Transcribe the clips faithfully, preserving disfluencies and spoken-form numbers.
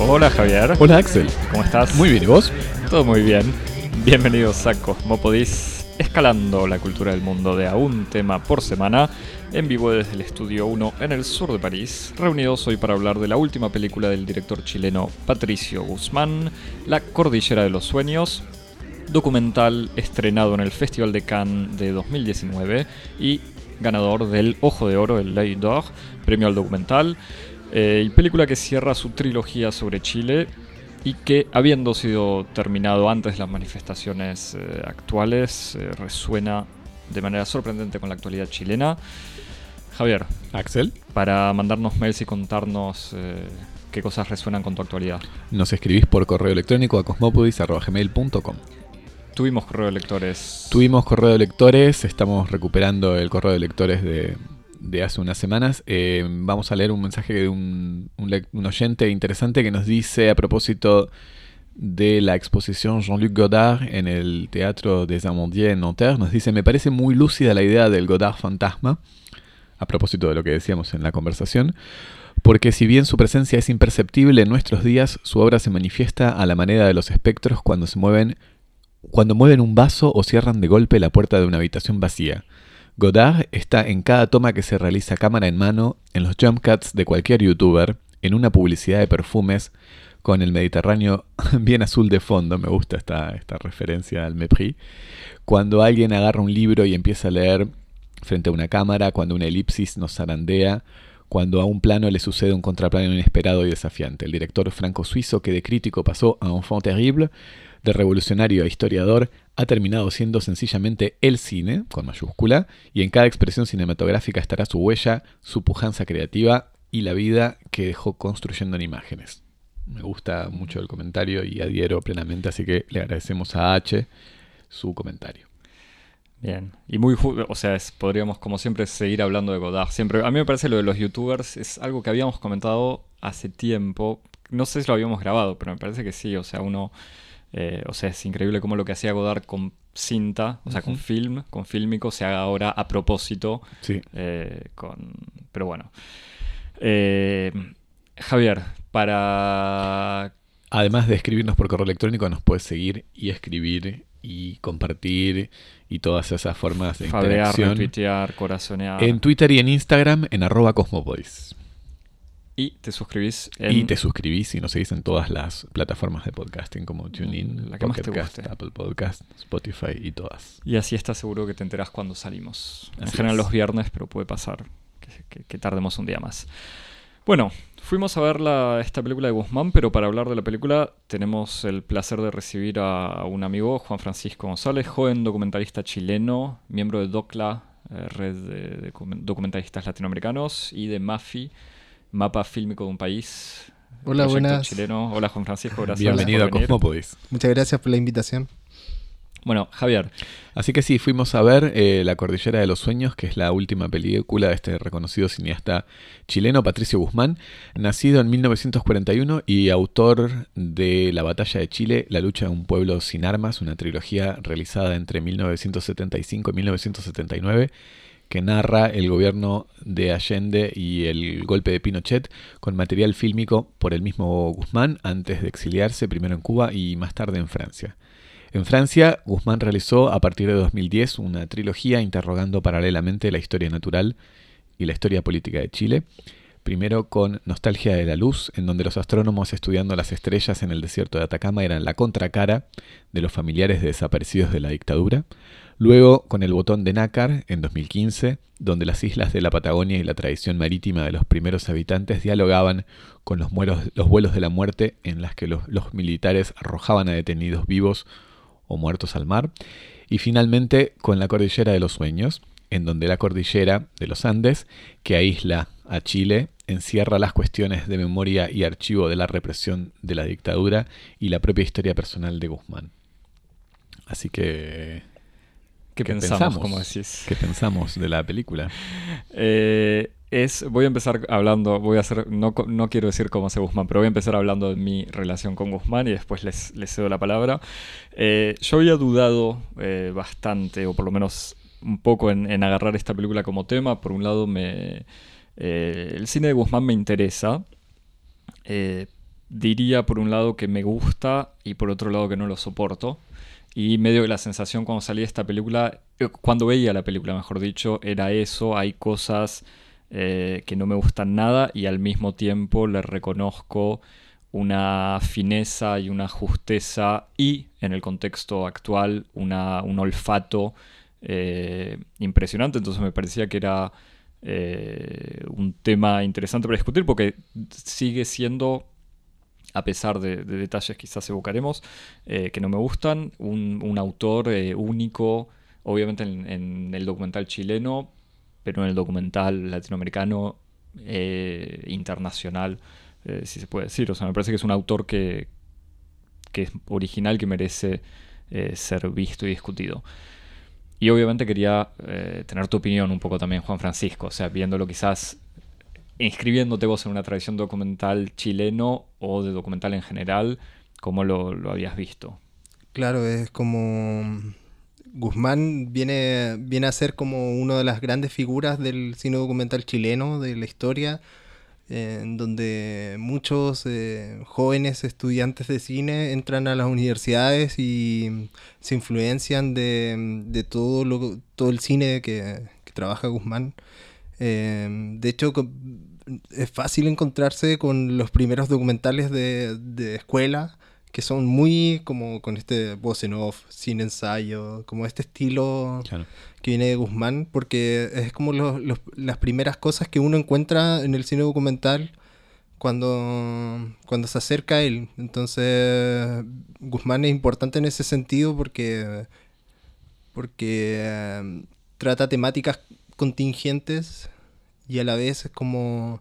Hola Javier. Hola Axel. ¿Cómo estás? Muy bien, ¿y vos? Todo muy bien. Bienvenidos a Cosmópodis, escalando la cultura del mundo de a un tema por semana, en vivo desde el Estudio uno en el sur de París, reunidos hoy para hablar de la última película del director chileno Patricio Guzmán, La Cordillera de los Sueños, documental estrenado en el Festival de Cannes de dos mil diecinueve y ganador del Ojo de Oro, el L'Œil d'Or, premio al documental, eh, y película que cierra su trilogía sobre Chile y que, habiendo sido terminado antes de las manifestaciones eh, actuales, eh, resuena de manera sorprendente con la actualidad chilena. Javier, Axel, para mandarnos mails y contarnos eh, qué cosas resuenan con tu actualidad. nos escribís por correo electrónico a cosmopodis arroba gmail punto com. Tuvimos correo de lectores. Tuvimos correo de lectores, estamos recuperando el correo de lectores de, de hace unas semanas. Eh, vamos a leer un mensaje de un, un, le- un oyente interesante que nos dice a propósito de la exposición Jean-Luc Godard en el Teatro des Amandiers en Nanterre. Nos dice: me parece muy lúcida la idea del Godard fantasma, a propósito de lo que decíamos en la conversación, porque si bien su presencia es imperceptible en nuestros días, su obra se manifiesta a la manera de los espectros cuando se mueven Cuando mueven un vaso o cierran de golpe la puerta de una habitación vacía. Godard está en cada toma que se realiza cámara en mano, en los jump cuts de cualquier youtuber, en una publicidad de perfumes, con el Mediterráneo bien azul de fondo. Me gusta esta, esta referencia al Mépris. Cuando alguien agarra un libro y empieza a leer frente a una cámara, cuando una elipsis nos zarandea, cuando a un plano le sucede un contraplano inesperado y desafiante. El director franco-suizo que de crítico pasó a enfant terrible, de revolucionario a historiador, ha terminado siendo sencillamente el cine, con mayúscula, y en cada expresión cinematográfica estará su huella, su pujanza creativa y la vida que dejó construyendo en imágenes. Me gusta mucho el comentario y adhiero plenamente, así que le agradecemos a H su comentario. Bien, y muy, ju- o sea, es- podríamos como siempre seguir hablando de Godard. Siempre, a mí me parece lo de los youtubers es algo que habíamos comentado hace tiempo. No sé si lo habíamos grabado, pero me parece que sí. O sea, uno, eh, o sea, es increíble cómo lo que hacía Godard con cinta, o sea, con Ujú. film, con fílmico, se haga ahora a propósito. Sí. eh, con, pero bueno, Eh, Javier, para Además de escribirnos por correo electrónico, nos puedes seguir y escribir y compartir y todas esas formas de fabear, interacción retuitear, corazonear, en Twitter y en Instagram en arroba cosmopodis. y te suscribís en Y te suscribís y nos seguís en todas las plataformas de podcasting como TuneIn, La que más te Pocket Cast, guste. Apple Podcast, Spotify y todas. Y así estás seguro que te enterás cuando salimos. En Así general es. los viernes, pero puede pasar que, que- que tardemos un día más. Bueno, fuimos a ver la- esta película de Guzmán, pero para hablar de la película tenemos el placer de recibir a un amigo, Juan Francisco González, joven documentalista chileno, miembro de DOCLA, eh, red de, de documen- documentalistas latinoamericanos, y de MAFI, Mapa Fílmico de un País. Hola, proyecto buenas. chileno. Hola Juan Francisco, gracias Bienvenido a por venir. Cosmopodis. Muchas gracias por la invitación. Bueno, Javier, Así que sí, fuimos a ver eh, La Cordillera de los Sueños, que es la última película de este reconocido cineasta chileno, Patricio Guzmán, nacido en mil novecientos cuarenta y uno y autor de La Batalla de Chile, La Lucha de un Pueblo sin Armas, una trilogía realizada entre mil novecientos setenta y cinco y mil novecientos setenta y nueve, que narra el gobierno de Allende y el golpe de Pinochet, con material fílmico por el mismo Guzmán antes de exiliarse, primero en Cuba y más tarde en Francia. En Francia, Guzmán realizó a partir de dos mil diez una trilogía interrogando paralelamente la historia natural y la historia política de Chile. Primero con Nostalgia de la Luz, en donde los astrónomos estudiando las estrellas en el desierto de Atacama eran la contracara de los familiares de desaparecidos de la dictadura. Luego con El Botón de Nácar, en dos mil quince, donde las islas de la Patagonia y la tradición marítima de los primeros habitantes dialogaban con los, mueros, los vuelos de la muerte en las que los, los militares arrojaban a detenidos vivos o muertos al mar. Y finalmente con La Cordillera de los Sueños, en donde la cordillera de los Andes, que aísla a Chile, encierra las cuestiones de memoria y archivo de la represión de la dictadura y la propia historia personal de Guzmán. Así que... ¿qué, ¿qué pensamos, pensamos? como decís? ¿Qué pensamos de la película? Eh, es, voy a empezar hablando, voy a hacer, no, co- no quiero decir cómo hace Guzmán, pero voy a empezar hablando de mi relación con Guzmán y después les, les cedo la palabra. Eh, yo había dudado eh, bastante, o por lo menos un poco, en, en agarrar esta película como tema. Por un lado, me, eh, el cine de Guzmán me interesa, eh, diría por un lado que me gusta y por otro lado que no lo soporto. Y medio que la sensación cuando salí de esta película, eh, cuando veía la película, mejor dicho, era eso. Hay cosas eh, que no me gustan nada y al mismo tiempo le reconozco una fineza y una justeza y, en el contexto actual, una, un olfato eh, impresionante. Entonces me parecía que era eh, un tema interesante para discutir porque sigue siendo, a pesar de, de detalles quizás evocaremos, eh, que no me gustan, un, un autor eh, único, obviamente en, en el documental chileno, pero en el documental latinoamericano, eh, internacional, eh, si se puede decir. O sea, me parece que es un autor que, que es original, que merece eh, ser visto y discutido. Y obviamente quería eh, tener tu opinión un poco también, Juan Francisco, o sea, viéndolo quizás, inscribiéndote vos en una tradición documental chileno o de documental en general, ¿cómo lo, lo habías visto? Claro, es como Guzmán viene, viene a ser como una de las grandes figuras del cine documental chileno, de la historia, eh, en donde muchos eh, jóvenes estudiantes de cine entran a las universidades y se influencian de, de todo, lo, todo el cine que, que trabaja Guzmán. Eh, de hecho, co- es fácil encontrarse con los primeros documentales de, de escuela que son muy como con este voz en off, sin ensayo, como este estilo Claro. que viene de Guzmán, porque es como los- los- las primeras cosas que uno encuentra en el cine documental cuando, cuando se acerca a él. Entonces, Guzmán es importante en ese sentido porque, porque eh, trata temáticas contingentes y a la vez es como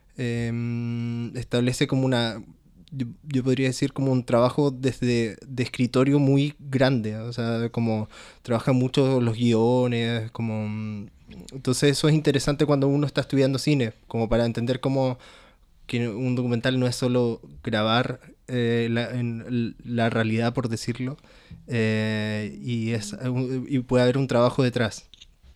eh, establece como una, yo, yo podría decir como un trabajo desde de escritorio muy grande, o sea, como trabaja mucho los guiones, como mm, entonces eso es interesante cuando uno está estudiando cine, como para entender cómo que un documental no es solo grabar eh, la, en la realidad, por decirlo, eh, y es y puede haber un trabajo detrás.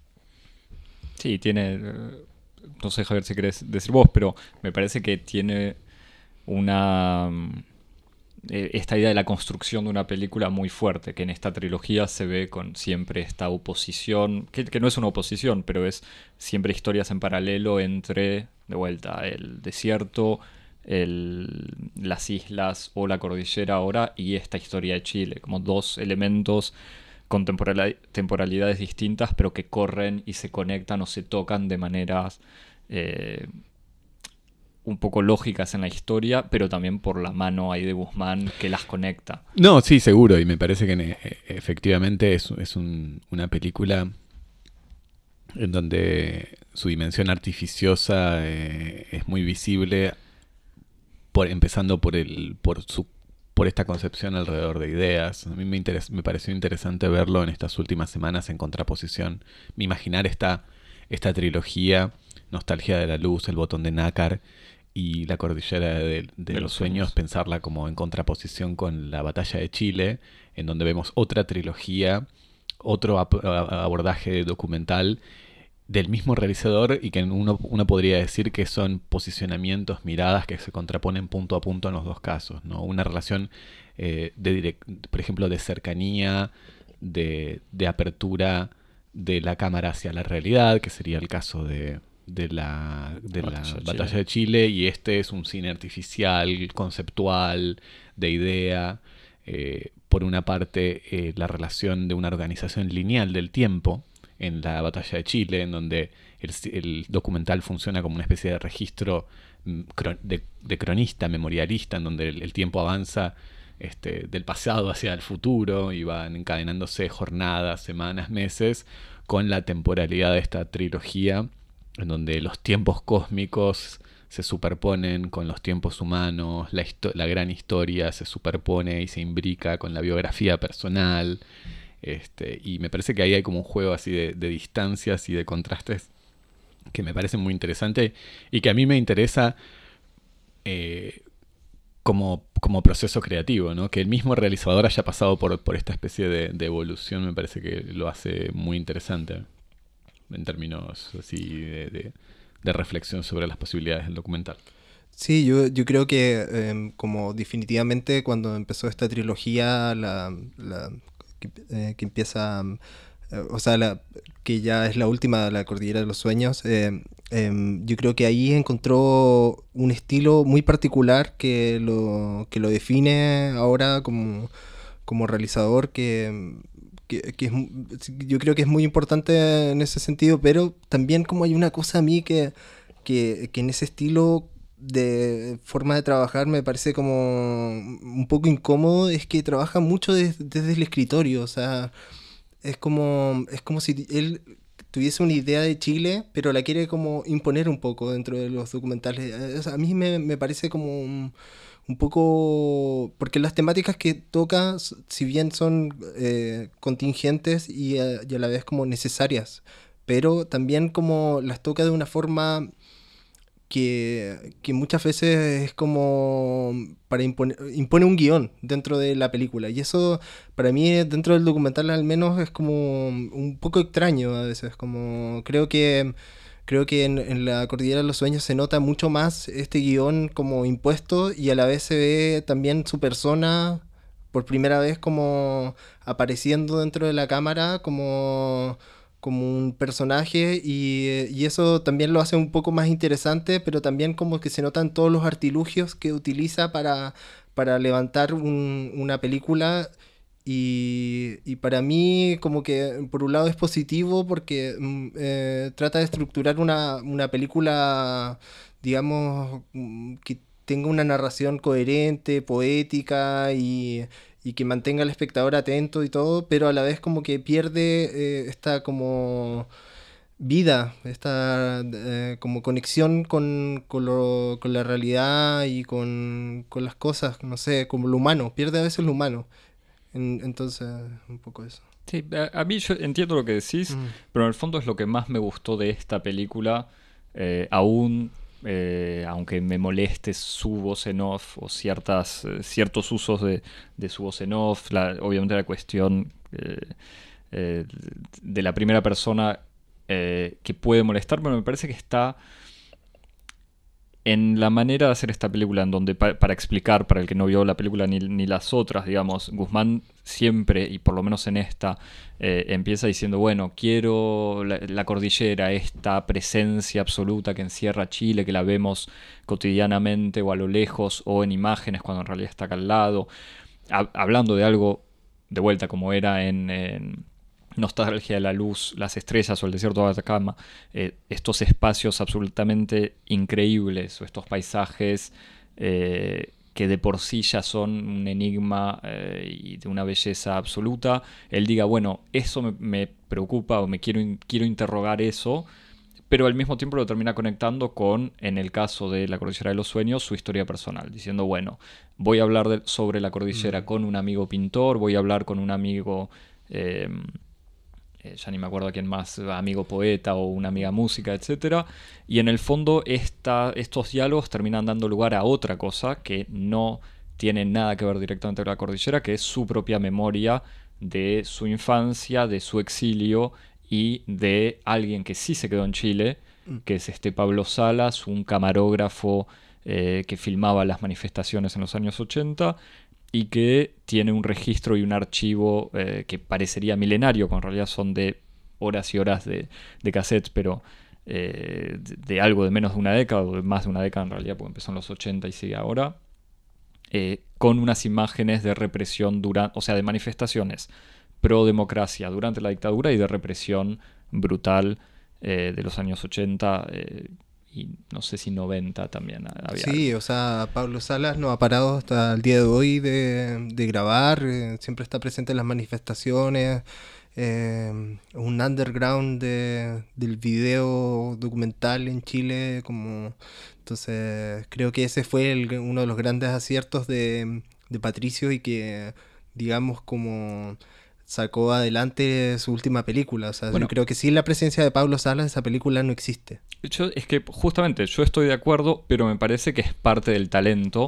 Sí, tiene, eh, no sé Javier si querés decir vos, pero me parece que tiene una... mm, eh, esta idea de la construcción de una película muy fuerte, que en esta trilogía se ve con siempre esta oposición, que, que no es una oposición, pero es siempre historias en paralelo entre, de vuelta, el desierto, el, las islas o la cordillera ahora y esta historia de Chile, como dos elementos con temporali- temporalidades distintas, pero que corren y se conectan o se tocan de maneras eh, un poco lógicas en la historia, pero también por la mano ahí de Guzmán que las conecta. No, sí, seguro, y me parece que eh, efectivamente es, es un- una película en donde su dimensión artificiosa eh, es muy visible, por, empezando por el por su por esta concepción alrededor de ideas. A mí me, interes, me pareció interesante verlo en estas últimas semanas en contraposición, imaginar esta, esta trilogía, Nostalgia de la Luz, El Botón de Nácar y La Cordillera de, de, de los, los sueños, sueños, pensarla como en contraposición con La Batalla de Chile, en donde vemos otra trilogía, otro ap- abordaje documental del mismo realizador y que uno, uno podría decir que son posicionamientos, miradas que se contraponen punto a punto en los dos casos, ¿no? Una relación, eh, de direct, por ejemplo, de cercanía, de, de apertura de la cámara hacia la realidad, que sería el caso de, de la, de la Batalla de Batalla Chile. de Chile, y este es un cine artificial, conceptual, de idea. Eh, por una parte, eh, la relación de una organización lineal del tiempo, en la Batalla de Chile, en donde el, el documental funciona como una especie de registro de, de cronista, memorialista, en donde el, el tiempo avanza este, del pasado hacia el futuro y van encadenándose jornadas, semanas, meses, con la temporalidad de esta trilogía, en donde los tiempos cósmicos se superponen con los tiempos humanos, la, la gran historia se superpone y se imbrica con la biografía personal. Este, y me parece que ahí hay como un juego así de, de distancias y de contrastes que me parece muy interesante y que a mí me interesa eh, como, como proceso creativo, ¿no? Que el mismo realizador haya pasado por, por esta especie de, de evolución me parece que lo hace muy interesante en términos así de, de, de reflexión sobre las posibilidades del documental. Sí, yo, yo creo que em, como definitivamente cuando empezó esta trilogía, la, la- que, eh, que empieza, mm, eh, o sea, la, que ya es la última, La Cordillera de los Sueños, em, em, yo creo que ahí encontró un estilo muy particular que lo, que lo define ahora como, como realizador, que, que, que es, mu- yo creo que es muy importante en ese sentido, pero también como hay una cosa a mí que, que, que en ese estilo de forma de trabajar me parece como un poco incómodo, es que trabaja mucho des- desde el escritorio, o sea, es como, es como si él tuviese una idea de Chile, pero la quiere como imponer un poco dentro de los documentales. Eh, o sea, a mí me, me parece como un, un poco... Porque las temáticas que toca, s- si bien son eh, contingentes y a, y a la vez como necesarias, pero también como las toca de una forma que, que muchas veces es como para imponer, impone un guión dentro de la película. Y eso para mí dentro del documental al menos es como un poco extraño a veces. Como creo que creo que en, en La Cordillera de los Sueños se nota mucho más este guión como impuesto y a la vez se ve también su persona por primera vez como apareciendo dentro de la cámara como como un personaje y, y eso también lo hace un poco más interesante, pero también como que se notan todos los artilugios que utiliza para, para levantar un- una película y, y para mí como que por un lado es positivo porque mm, eh, trata de estructurar una, una película, digamos, mm, que tenga una narración coherente, poética y, y que mantenga al espectador atento y todo, pero a la vez como que pierde eh, esta como vida, esta eh, como conexión con, con, lo- con la realidad y con, con las cosas, no sé, como lo humano, pierde a veces lo humano. En- entonces, un poco eso. Sí, a, a mí yo entiendo lo que decís, Mm, pero en el fondo es lo que más me gustó de esta película, eh, aún, eh, aunque me moleste su voz en off o ciertas, eh, ciertos usos de, de su voz en off, la- obviamente la cuestión eh, eh, de la primera persona eh, que puede molestar, pero me parece que está en la manera de hacer esta película, en donde pa- para explicar, para el que no vio la película ni, ni las otras, digamos, Guzmán siempre, y por lo menos en esta, eh, empieza diciendo, bueno, quiero la, la cordillera, esta presencia absoluta que encierra Chile, que la vemos cotidianamente o a lo lejos o en imágenes cuando en realidad está acá al lado, Ha- hablando de algo de vuelta como era en... en Nostalgia de la Luz, Las Estrellas o El Desierto de Atacama, eh, estos espacios absolutamente increíbles o estos paisajes eh, que de por sí ya son un enigma eh, y de una belleza absoluta, él diga, bueno, eso me, me preocupa o me quiero, in- quiero interrogar eso, pero al mismo tiempo lo termina conectando con, en el caso de La Cordillera de los Sueños, su historia personal, diciendo, bueno, voy a hablar de- sobre la cordillera mm. con un amigo pintor, voy a hablar con un amigo... eh, eh, ya ni me acuerdo quién más, amigo poeta o una amiga música, etcétera. Y en el fondo esta, estos diálogos terminan dando lugar a otra cosa que no tiene nada que ver directamente con la cordillera, que es su propia memoria de su infancia, de su exilio y de alguien que sí se quedó en Chile, Mm. que es este Pablo Salas, un camarógrafo eh, que filmaba las manifestaciones en los años ochenta y que tiene un registro y un archivo eh, que parecería milenario, cuando en realidad son de horas y horas de, de cassettes, pero eh, de, de algo de menos de una década, o de más de una década en realidad, porque empezó en los ochenta y sigue ahora, eh, con unas imágenes de represión, durante, o sea, de manifestaciones pro democracia durante la dictadura y de represión brutal eh, de los años ochenta eh, y no sé si noventa también había Sí, algo. o sea, Pablo Salas no ha parado hasta el día de hoy de, de grabar, eh, siempre está presente en las manifestaciones, eh, un underground de, del video documental en Chile, como entonces creo que ese fue el- uno de los grandes aciertos de, de Patricio y que digamos como sacó adelante su última película, o sea, yo Bueno, creo que sin la presencia de Pablo Salas esa película no existe. yo- es que justamente yo estoy de acuerdo, pero me parece que es parte del talento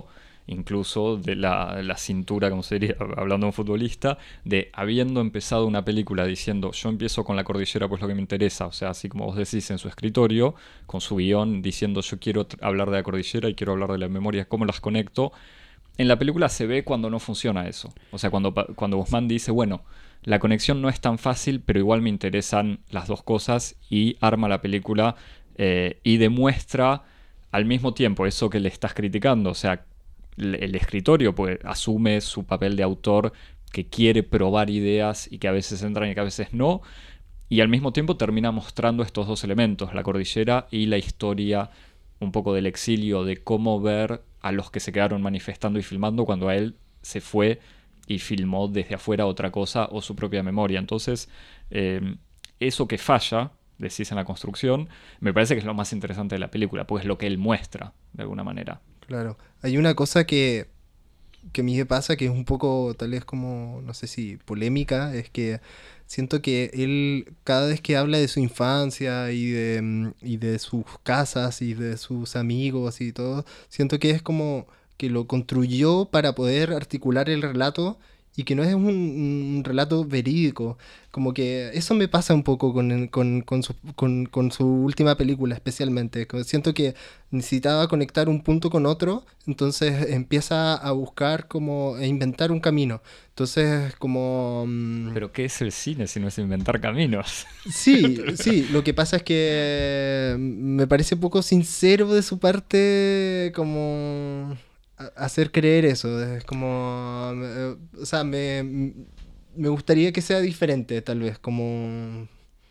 incluso de la, la cintura, como se diría, hablando de un futbolista, de habiendo empezado una película diciendo yo empiezo con la cordillera pues lo que me interesa, o sea, así como vos decís, en su escritorio, con su guión, diciendo yo quiero hablar de la cordillera y quiero hablar de las memorias, cómo las conecto. En la película se ve cuando no funciona eso. O sea, cuando, cuando Guzmán dice, bueno, la conexión no es tan fácil, pero igual me interesan las dos cosas, y arma la película eh, y demuestra al mismo tiempo eso que le estás criticando. O sea, el escritorio pues asume su papel de autor que quiere probar ideas y que a veces entran y que a veces no, y al mismo tiempo termina mostrando estos dos elementos, la cordillera y la historia un poco del exilio, de cómo ver a los que se quedaron manifestando y filmando cuando a él se fue y filmó desde afuera otra cosa o su propia memoria. Entonces, eh, eso que falla, decís en la construcción, me parece que es lo más interesante de la película, porque es lo que él muestra, de alguna manera. Claro. Hay una cosa que, que a mí me pasa que es un poco, tal vez como, no sé si polémica, es que siento que él, cada vez que habla de su infancia y de, y de sus casas y de sus amigos y todo, siento que es como que lo construyó para poder articular el relato y que no es un, un relato verídico. Como que eso me pasa un poco con, con, con, su, con, con su última película especialmente. Siento que necesitaba conectar un punto con otro, entonces empieza a buscar como a inventar un camino. Entonces como... Um... ¿Pero qué es el cine si no es inventar caminos? Sí, sí, lo que pasa es que me parece poco sincero de su parte como... hacer creer eso. Es como... O sea, me, me gustaría que sea diferente, tal vez, como...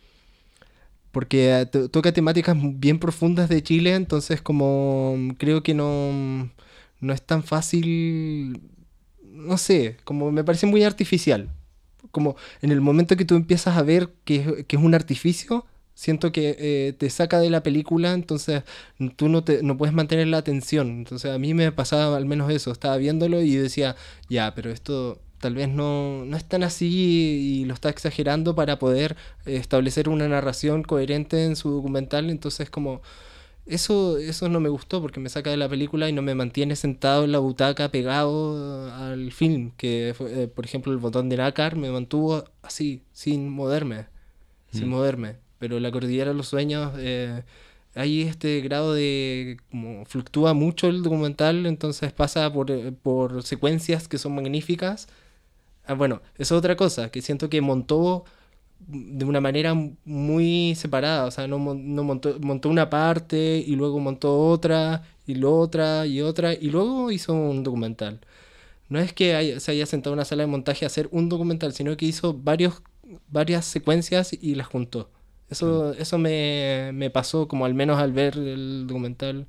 Porque to- toca temáticas bien profundas de Chile, entonces como creo que no, no es tan fácil... No sé, como me parece muy artificial. Como en el momento que tú empiezas a ver que, que es un artificio... Siento que eh, te saca de la película, entonces tú no, te, no puedes mantener la atención. Entonces a mí me pasaba al menos eso, estaba viéndolo y decía, ya, pero esto tal vez no, no es tan así y lo está exagerando para poder eh, establecer una narración coherente en su documental. Entonces como eso, eso no me gustó porque me saca de la película y no me mantiene sentado en la butaca pegado al film. Que fue, eh, por ejemplo, el botón de nácar me mantuvo así, sin moverme, mm. sin moverme. Pero la cordillera de los sueños, eh, hay este grado de... como fluctúa mucho el documental, entonces pasa por, por secuencias que son magníficas. Ah, bueno, eso es otra cosa, que siento que montó de una manera muy separada, o sea, no, no montó, montó una parte y luego montó otra, y luego otra, y otra, y luego hizo un documental. No es que haya, se haya sentado en una sala de montaje a hacer un documental, sino que hizo varios, varias secuencias y las juntó. Eso, eso me, me pasó como al menos al ver el documental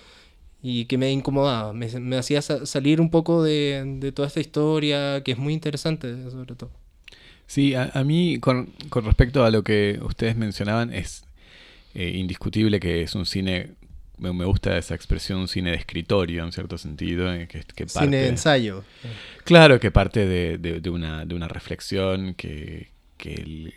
y que me incomodaba, me, me hacía sa- salir un poco de, de toda esta historia que es muy interesante sobre todo. Sí, a, a mí con, con respecto a lo que ustedes mencionaban es eh, indiscutible que es un cine, me, me gusta esa expresión, un cine de escritorio en cierto sentido. Eh, que, que parte, cine de ensayo. Claro, que parte de, de, de, una, de una reflexión que... que el,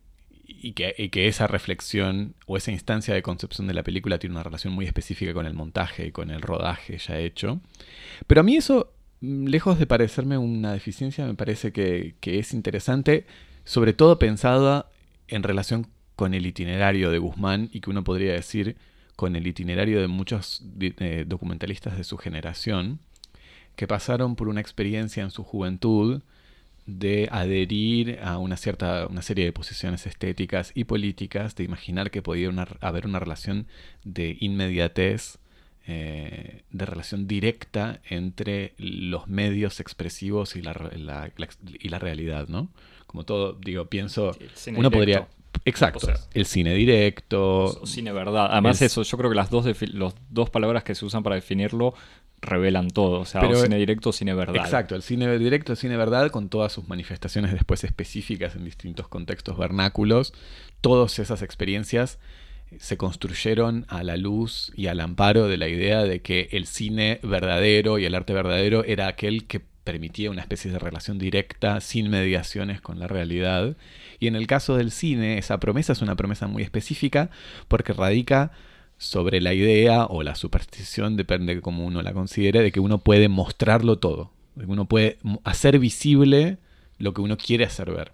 Y que, y que esa reflexión o esa instancia de concepción de la película tiene una relación muy específica con el montaje y con el rodaje ya hecho. Pero a mí eso, lejos de parecerme una deficiencia, me parece que, que es interesante, sobre todo pensada en relación con el itinerario de Guzmán y que uno podría decir con el itinerario de muchos eh, documentalistas de su generación que pasaron por una experiencia en su juventud de adherir a una cierta una serie de posiciones estéticas y políticas, de imaginar que podía una, haber una relación de inmediatez, eh, de relación directa entre los medios expresivos y la, la, la, y la realidad, ¿no? Como todo, digo, pienso, sí, uno directo. podría... Exacto, o sea, el cine directo. O, o cine verdad. Además el, eso, yo creo que las dos, defi- los dos palabras que se usan para definirlo revelan todo. O sea, pero, o cine directo o cine verdad. Exacto, el cine directo, el cine verdad, con todas sus manifestaciones después específicas en distintos contextos vernáculos. Todas esas experiencias se construyeron a la luz y al amparo de la idea de que el cine verdadero y el arte verdadero era aquel que permitía una especie de relación directa, sin mediaciones con la realidad. Y en el caso del cine, esa promesa es una promesa muy específica porque radica sobre la idea o la superstición, depende de cómo uno la considere, de que uno puede mostrarlo todo, de que uno puede hacer visible lo que uno quiere hacer ver.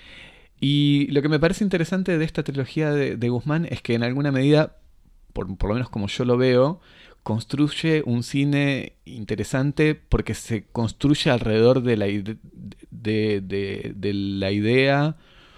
Y lo que me parece interesante de esta trilogía de, de Guzmán es que en alguna medida, por, por lo menos como yo lo veo, construye un cine interesante porque se construye alrededor de la, ide- de, de, de la idea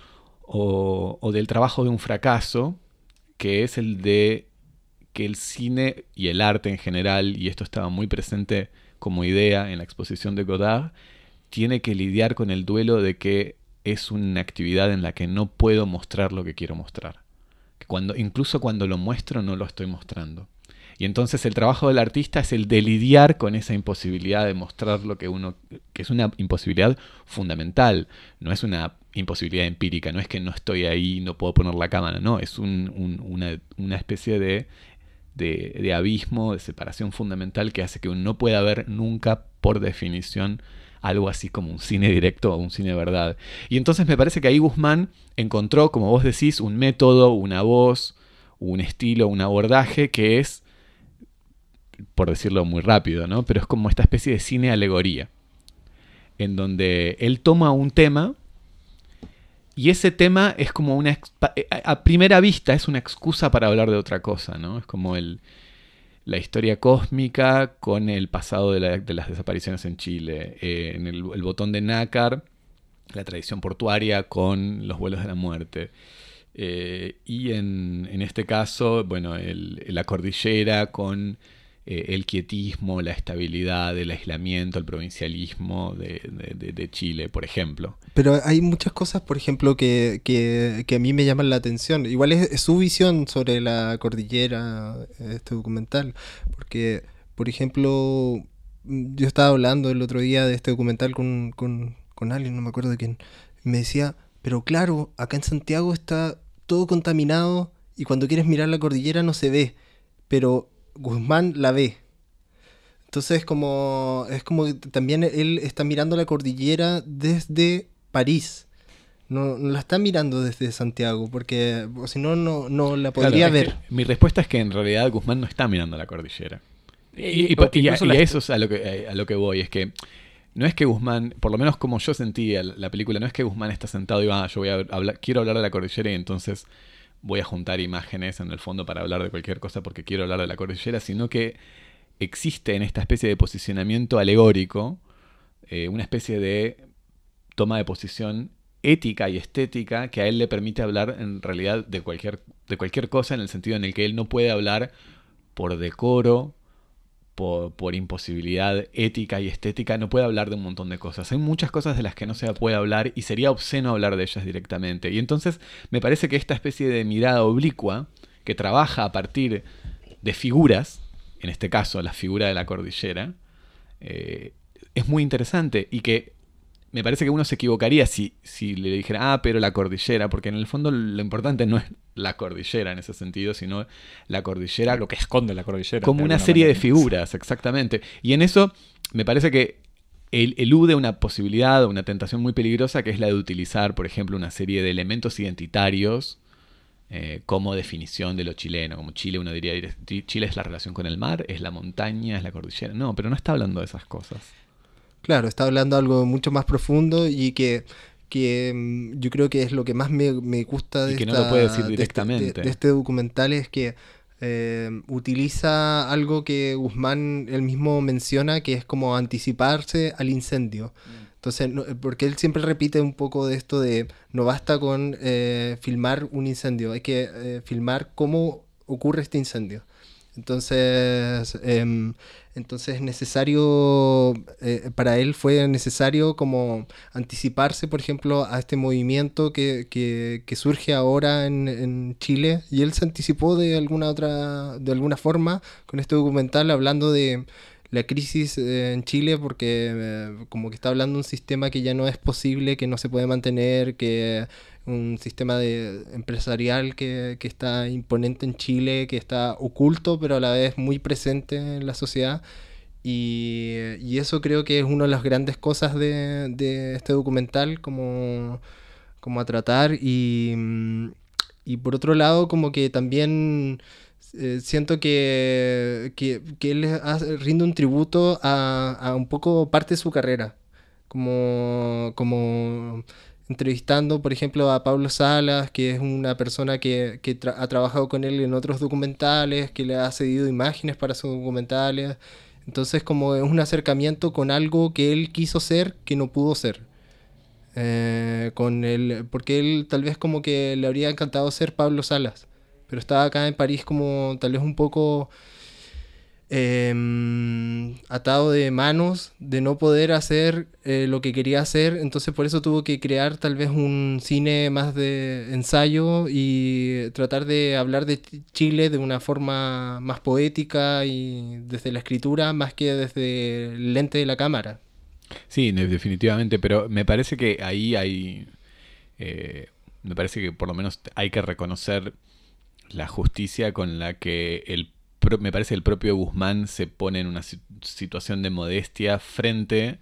o, o del trabajo de un fracaso, que es el de que el cine y el arte en general, y esto estaba muy presente como idea en la exposición de Godard, tiene que lidiar con el duelo de que es una actividad en la que no puedo mostrar lo que quiero mostrar. Que cuando, incluso cuando lo muestro no lo estoy mostrando. Y entonces el trabajo del artista es el de lidiar con esa imposibilidad de mostrar lo que uno... que es una imposibilidad fundamental, no es una imposibilidad empírica, no es que no estoy ahí, no puedo poner la cámara, no, es un, un, una, una especie de, de, de abismo, de separación fundamental que hace que uno no pueda ver nunca, por definición, algo así como un cine directo o un cine de verdad. Y entonces me parece que ahí Guzmán encontró, como vos decís, un método, una voz, un estilo, un abordaje que es, por decirlo muy rápido, ¿no? Pero es como esta especie de cine alegoría, en donde él toma un tema y ese tema es como una... a primera vista es una excusa para hablar de otra cosa, ¿no? Es como el... la historia cósmica con el pasado de, la, de las desapariciones en Chile, eh, en el, el botón de nácar, la tradición portuaria con los vuelos de la muerte. Eh, y en, en este caso, bueno, el, la cordillera con eh, el quietismo, la estabilidad, el aislamiento, el provincialismo de, de, de, de Chile, por ejemplo. Pero hay muchas cosas, por ejemplo, que, que, que a mí me llaman la atención. Igual es, es su visión sobre la cordillera, este documental. Porque, por ejemplo, yo estaba hablando el otro día de este documental con, con, con alguien, no me acuerdo de quién. Me decía, pero claro, acá en Santiago está todo contaminado y cuando quieres mirar la cordillera no se ve. Pero Guzmán la ve. Entonces como es como que también él está mirando la cordillera desde París. No, no la está mirando desde Santiago, porque o si no, no, no la podría Claro, ver. mi respuesta es que en realidad Guzmán no está mirando la cordillera. Y, y, y, y, a, y a eso es a lo, que, a lo que voy, es que no es que Guzmán, por lo menos como yo sentía la película, no es que Guzmán está sentado y va, ah, yo voy a hablar, quiero hablar de la cordillera y entonces voy a juntar imágenes en el fondo para hablar de cualquier cosa porque quiero hablar de la cordillera, sino que existe en esta especie de posicionamiento alegórico eh, una especie de toma de posición ética y estética que a él le permite hablar en realidad de cualquier, de cualquier cosa, en el sentido en el que él no puede hablar por decoro, por, por imposibilidad ética y estética, no puede hablar de un montón de cosas. Hay muchas cosas de las que no se puede hablar y sería obsceno hablar de ellas directamente. Y entonces me parece que esta especie de mirada oblicua que trabaja a partir de figuras, en este caso la figura de la cordillera, eh, es muy interesante y que me parece que uno se equivocaría si, si le dijera, ah, pero la cordillera, porque en el fondo lo importante no es la cordillera en ese sentido, sino la cordillera... Lo que esconde la cordillera. Como una serie manera. de figuras, exactamente. Y en eso me parece que él elude una posibilidad, una tentación muy peligrosa, que es la de utilizar, por ejemplo, una serie de elementos identitarios eh, como definición de lo chileno. Como Chile, uno diría, Chile es la relación con el mar, es la montaña, es la cordillera. No, pero no está hablando de esas cosas. Claro, está hablando de algo mucho más profundo y que, que um, yo creo que es lo que más me, me gusta de, y que esta, no lo puede decir De, directamente. este, de, de este documental es que eh, utiliza algo que Guzmán él mismo menciona, que es como anticiparse al incendio. Mm. Entonces, no, porque él siempre repite un poco de esto de no basta con eh, filmar un incendio, hay que eh, filmar cómo ocurre este incendio. Entonces, eh, entonces es necesario, eh, para él fue necesario como anticiparse, por ejemplo, a este movimiento que, que, que surge ahora en, en Chile, y él se anticipó de alguna otra, de alguna forma con este documental hablando de la crisis eh, en Chile, porque eh, como que está hablando de un sistema que ya no es posible, que no se puede mantener, que un sistema de empresarial que, que está imponente en Chile, que está oculto pero a la vez muy presente en la sociedad, y, y eso creo que es una de las grandes cosas de, de este documental como, como a tratar, y, y por otro lado como que también eh, siento que, que, que él hace- rinde un tributo a, a un poco parte de su carrera. Como, como entrevistando, por ejemplo, a Pablo Salas, que es una persona que, que tra- ha trabajado con él en otros documentales, que le ha cedido imágenes para sus documentales. Entonces, como es un acercamiento con algo que él quiso ser, que no pudo ser. Eh, con él, porque él tal vez como que le habría encantado ser Pablo Salas, pero estaba acá en París como tal vez un poco eh, atado de manos de no poder hacer eh, lo que quería hacer, entonces por eso tuvo que crear tal vez un cine más de ensayo y tratar de hablar de Chile de una forma más poética y desde la escritura más que desde el lente de la cámara. Sí, ne- definitivamente, pero me parece que ahí hay, eh, me parece que por lo menos hay que reconocer la justicia con la que el pro- me parece el propio Guzmán se pone en una si- situación de modestia frente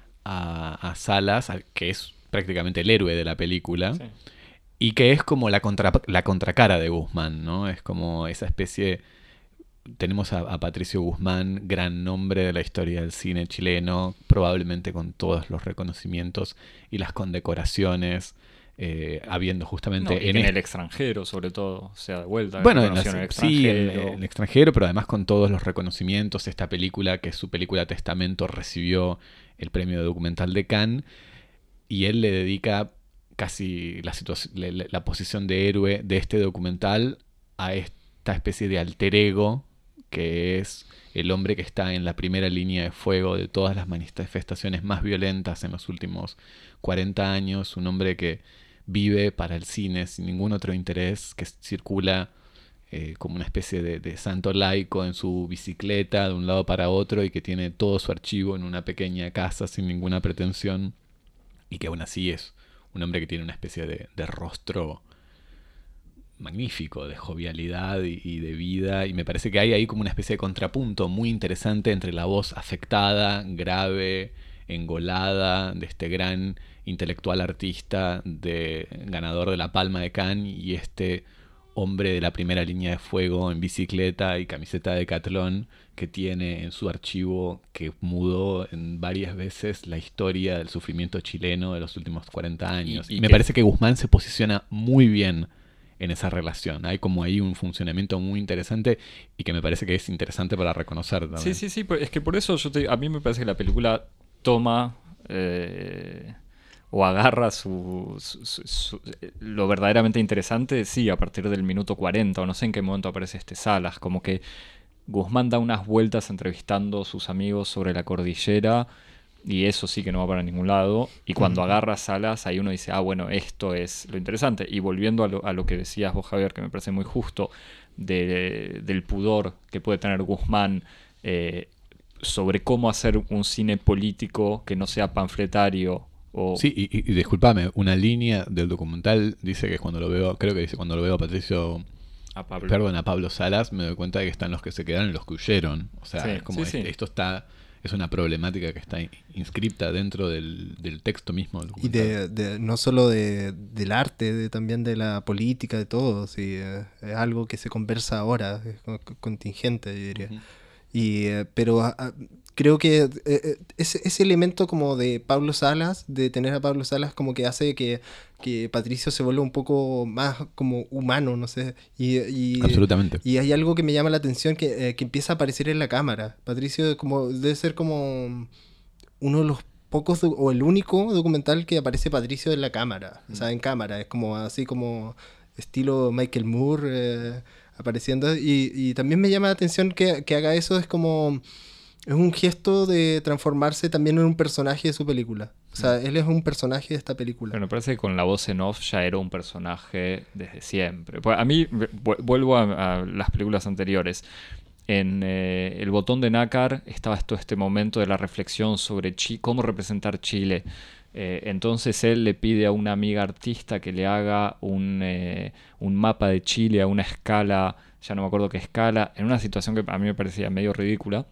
a, a Salas, al- que es prácticamente el héroe de la película, Sí. y que es como la, contra, la contracara de Guzmán, ¿no? Es como esa especie. Tenemos a, a Patricio Guzmán, gran nombre de la historia del cine chileno, probablemente con todos los reconocimientos y las condecoraciones, eh, habiendo No, justamente y en que en este. el extranjero, sobre todo, o sea, de vuelta, Bueno, en reconocido las- en el sí, en, extranjero. en el extranjero, pero además con todos los reconocimientos. Esta película, que es su película Testamento, recibió el premio de documental de Cannes y él le dedica casi la, situa- la, la- la posición de héroe de este documental a esta especie de alter ego que es el hombre que está en la primera línea de fuego de todas las manifestaciones más violentas en los últimos cuarenta años, un hombre que vive para el cine sin ningún otro interés, que circula eh, como una especie de, de santo laico en su bicicleta de un lado para otro y que tiene todo su archivo en una pequeña casa sin ninguna pretensión y que aún así es un hombre que tiene una especie de, de rostro magnífico, de jovialidad y, y de vida, y me parece que hay ahí como una especie de contrapunto muy interesante entre la voz afectada, grave, engolada de este gran intelectual artista de, ganador de la Palma de Cannes y este hombre de la primera línea de fuego en bicicleta y camiseta de Decathlon que tiene en su archivo que mudó en varias veces la historia del sufrimiento chileno de los últimos cuarenta años. Y, Y, y me que, parece que Guzmán se posiciona muy bien en esa relación. Hay como ahí un funcionamiento muy interesante y que me parece que es interesante para reconocer sí, también. sí, sí, pues es que por eso yo te, a mí me parece que la película toma eh, o agarra su, su- su- su- lo verdaderamente interesante, sí, a partir del minuto cuarenta o no sé en qué momento aparece este Salas, como que Guzmán da unas vueltas entrevistando a sus amigos sobre la cordillera y eso sí que no va para ningún lado. Y cuando Ujú. agarra Salas, ahí uno dice, ah, bueno, esto es lo interesante. Y volviendo a lo, a lo que decías vos, Javier, que me parece muy justo, de- del pudor que puede tener Guzmán eh, sobre cómo hacer un cine político que no sea panfletario o... Sí, y, y, y discúlpame, una línea del documental dice que cuando lo veo, creo que dice cuando lo veo a Patricio, A Pablo. perdón, a Pablo Salas, me doy cuenta de que están los que se quedaron y los que huyeron. O sea, Sí, es como sí, este- sí. esto está, es una problemática que está inscripta dentro del, del texto mismo del Y documental. de, de- no solo de, del arte, de, también de la política, de todo. Sí, eh, es algo que se conversa ahora, es co- co- contingente, yo diría. Ujú. Y, eh, pero a- a- creo que eh, eh, ese, ese elemento como de Pablo Salas, de tener a Pablo Salas, como que hace que, que Patricio se vuelva un poco más como humano, no sé. Y, y, Absolutamente. y hay algo que me llama la atención que, eh, que empieza a aparecer en la cámara. Patricio como, debe ser como uno de los pocos do- o el único documental que aparece Patricio en la cámara, o sea, en cámara, es como así como estilo Michael Moore eh, apareciendo y, y también me llama la atención que, que haga eso, es como es un gesto de transformarse también en un personaje de su película, o sea, él es un personaje de esta película. Pero me parece que con la voz en off ya era un personaje desde siempre. Pues a mí, vu- vuelvo a, a las películas anteriores. En eh, El botón de nácar estaba todo este momento de la reflexión sobre Chi- cómo representar Chile. Eh, entonces él le pide a una amiga artista que le haga un, eh, un mapa de Chile a una escala, ya no me acuerdo qué escala, en una situación que a mí me parecía medio ridícula.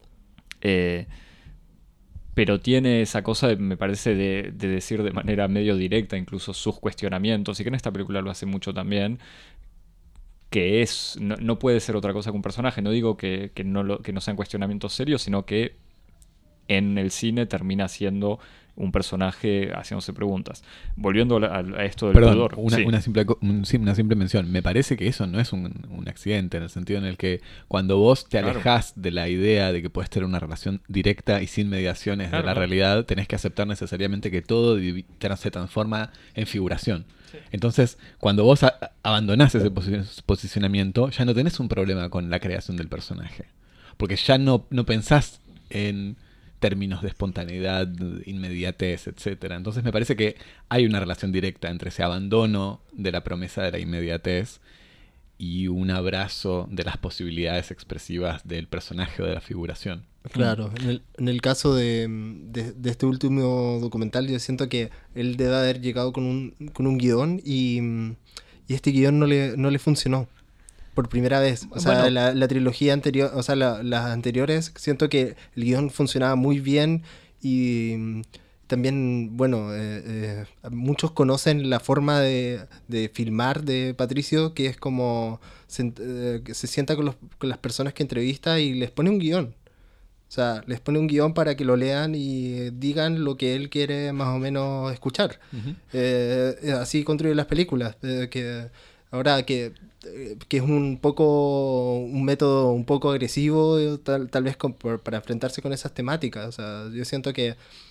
Eh, pero tiene esa cosa, de, me parece, de, de decir de manera medio directa incluso sus cuestionamientos, y que en esta película lo hace mucho también, que es no, no puede ser otra cosa que un personaje. No digo que, que, no, lo, que no sean cuestionamientos serios, sino que en el cine termina siendo un personaje haciéndose preguntas. Volviendo a, a esto del Perdón, pudor. una, Sí. una, simple, un- sí, una simple mención. Me parece que eso no es un, un accidente, en el sentido en el que cuando vos te Claro. alejás de la idea de que puedes tener una relación directa y sin mediaciones Claro, de la claro. realidad, tenés que aceptar necesariamente que todo divi- tra- se transforma en figuración. Entonces, cuando vos a- abandonás ese posi- posicionamiento, ya no tenés un problema con la creación del personaje. Porque ya no, no pensás en términos de espontaneidad, inmediatez, etcétera. Entonces me parece que hay una relación directa entre ese abandono de la promesa de la inmediatez y un abrazo de las posibilidades expresivas del personaje o de la figuración. Claro, en el, en el caso de, de, de este último documental, yo siento que él debe haber llegado con un, con un guión y, y este guión no le, no le funcionó por primera vez. O sea, Bueno. la, la trilogía anterior, o sea, la- las anteriores, siento que el guión funcionaba muy bien y mm, también, bueno, eh, eh, muchos conocen la forma de, de filmar de Patricio, que es como sent- eh, que se sienta con, los, con las personas que entrevista y les pone un guión. O sea, les pone un guión para que lo lean y digan lo que él quiere más o menos escuchar. Eh, eh, así construye las películas. eh, que ahora que, eh, que es un poco un método un poco agresivo, eh, tal, tal vez con- por- para enfrentarse con esas temáticas. O sea, yo siento que,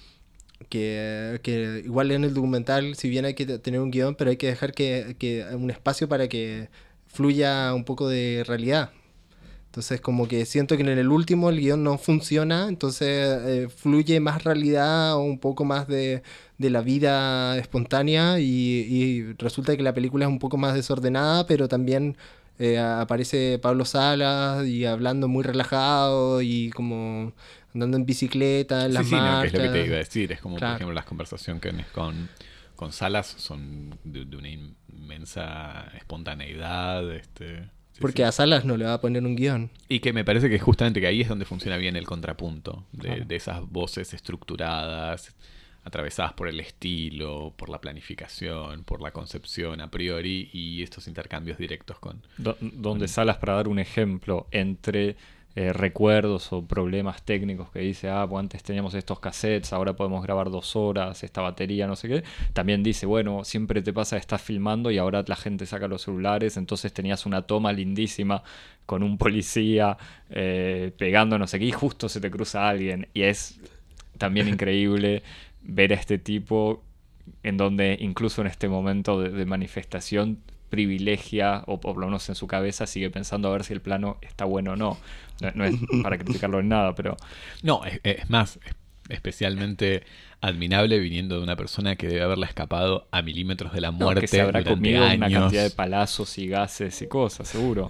que, que igual en el documental, si bien hay que te- tener un guión, pero hay que dejar que, que un espacio para que fluya un poco de realidad. Entonces como que siento que en el último el guión no funciona, entonces eh, fluye más realidad o un poco más de, de la vida espontánea y, y resulta que la película es un poco más desordenada, pero también eh, aparece Pablo Salas y hablando muy relajado y como andando en bicicleta, en las Sí, sí, no, que es lo que te marchas. iba a decir. Es como, Claro. por ejemplo, las conversaciones que tenés con, con Salas son de, de una inmensa espontaneidad. Este, sí, Porque sí. a Salas no le va a poner un guión. Y que me parece que justamente que ahí es donde funciona bien el contrapunto de, Claro. de esas voces estructuradas, atravesadas por el estilo, por la planificación, por la concepción a priori y estos intercambios directos con... Do- donde con- Salas, para dar un ejemplo, entre eh, recuerdos o problemas técnicos que dice, ah, pues antes teníamos estos cassettes, ahora podemos grabar dos horas, esta batería, no sé qué. También dice, bueno, siempre te pasa, estás filmando y ahora la gente saca los celulares, entonces tenías una toma lindísima con un policía eh, pegando no sé qué y justo se te cruza alguien. Y es también increíble ver a este tipo en donde incluso en este momento de, de manifestación privilegia, o por lo menos en su cabeza sigue pensando a ver si el plano está bueno o no. No, no es para criticarlo en nada, pero No, es, es más, es especialmente admirable viniendo de una persona que debe haberla escapado a milímetros de la no, muerte que se habrá durante comido años. una cantidad de palazos y gases y cosas, seguro.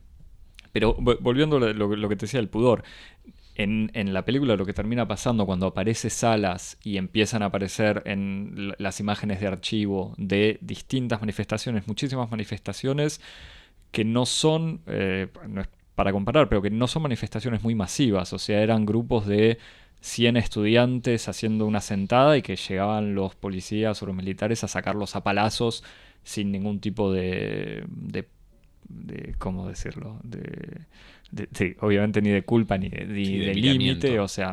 Pero vo- volviendo a lo, lo que te decía, el pudor. En, en la película lo que termina pasando cuando aparece Salas y empiezan a aparecer en l- las imágenes de archivo de distintas manifestaciones, muchísimas manifestaciones que no son, eh, no es para comparar, pero que no son manifestaciones muy masivas, o sea, eran grupos de cien estudiantes haciendo una sentada y que llegaban los policías o los militares a sacarlos a palazos sin ningún tipo de, de, de ¿cómo decirlo? De, de- sí, obviamente ni de culpa ni de, ni Sí, de de miramiento. límite, o sea,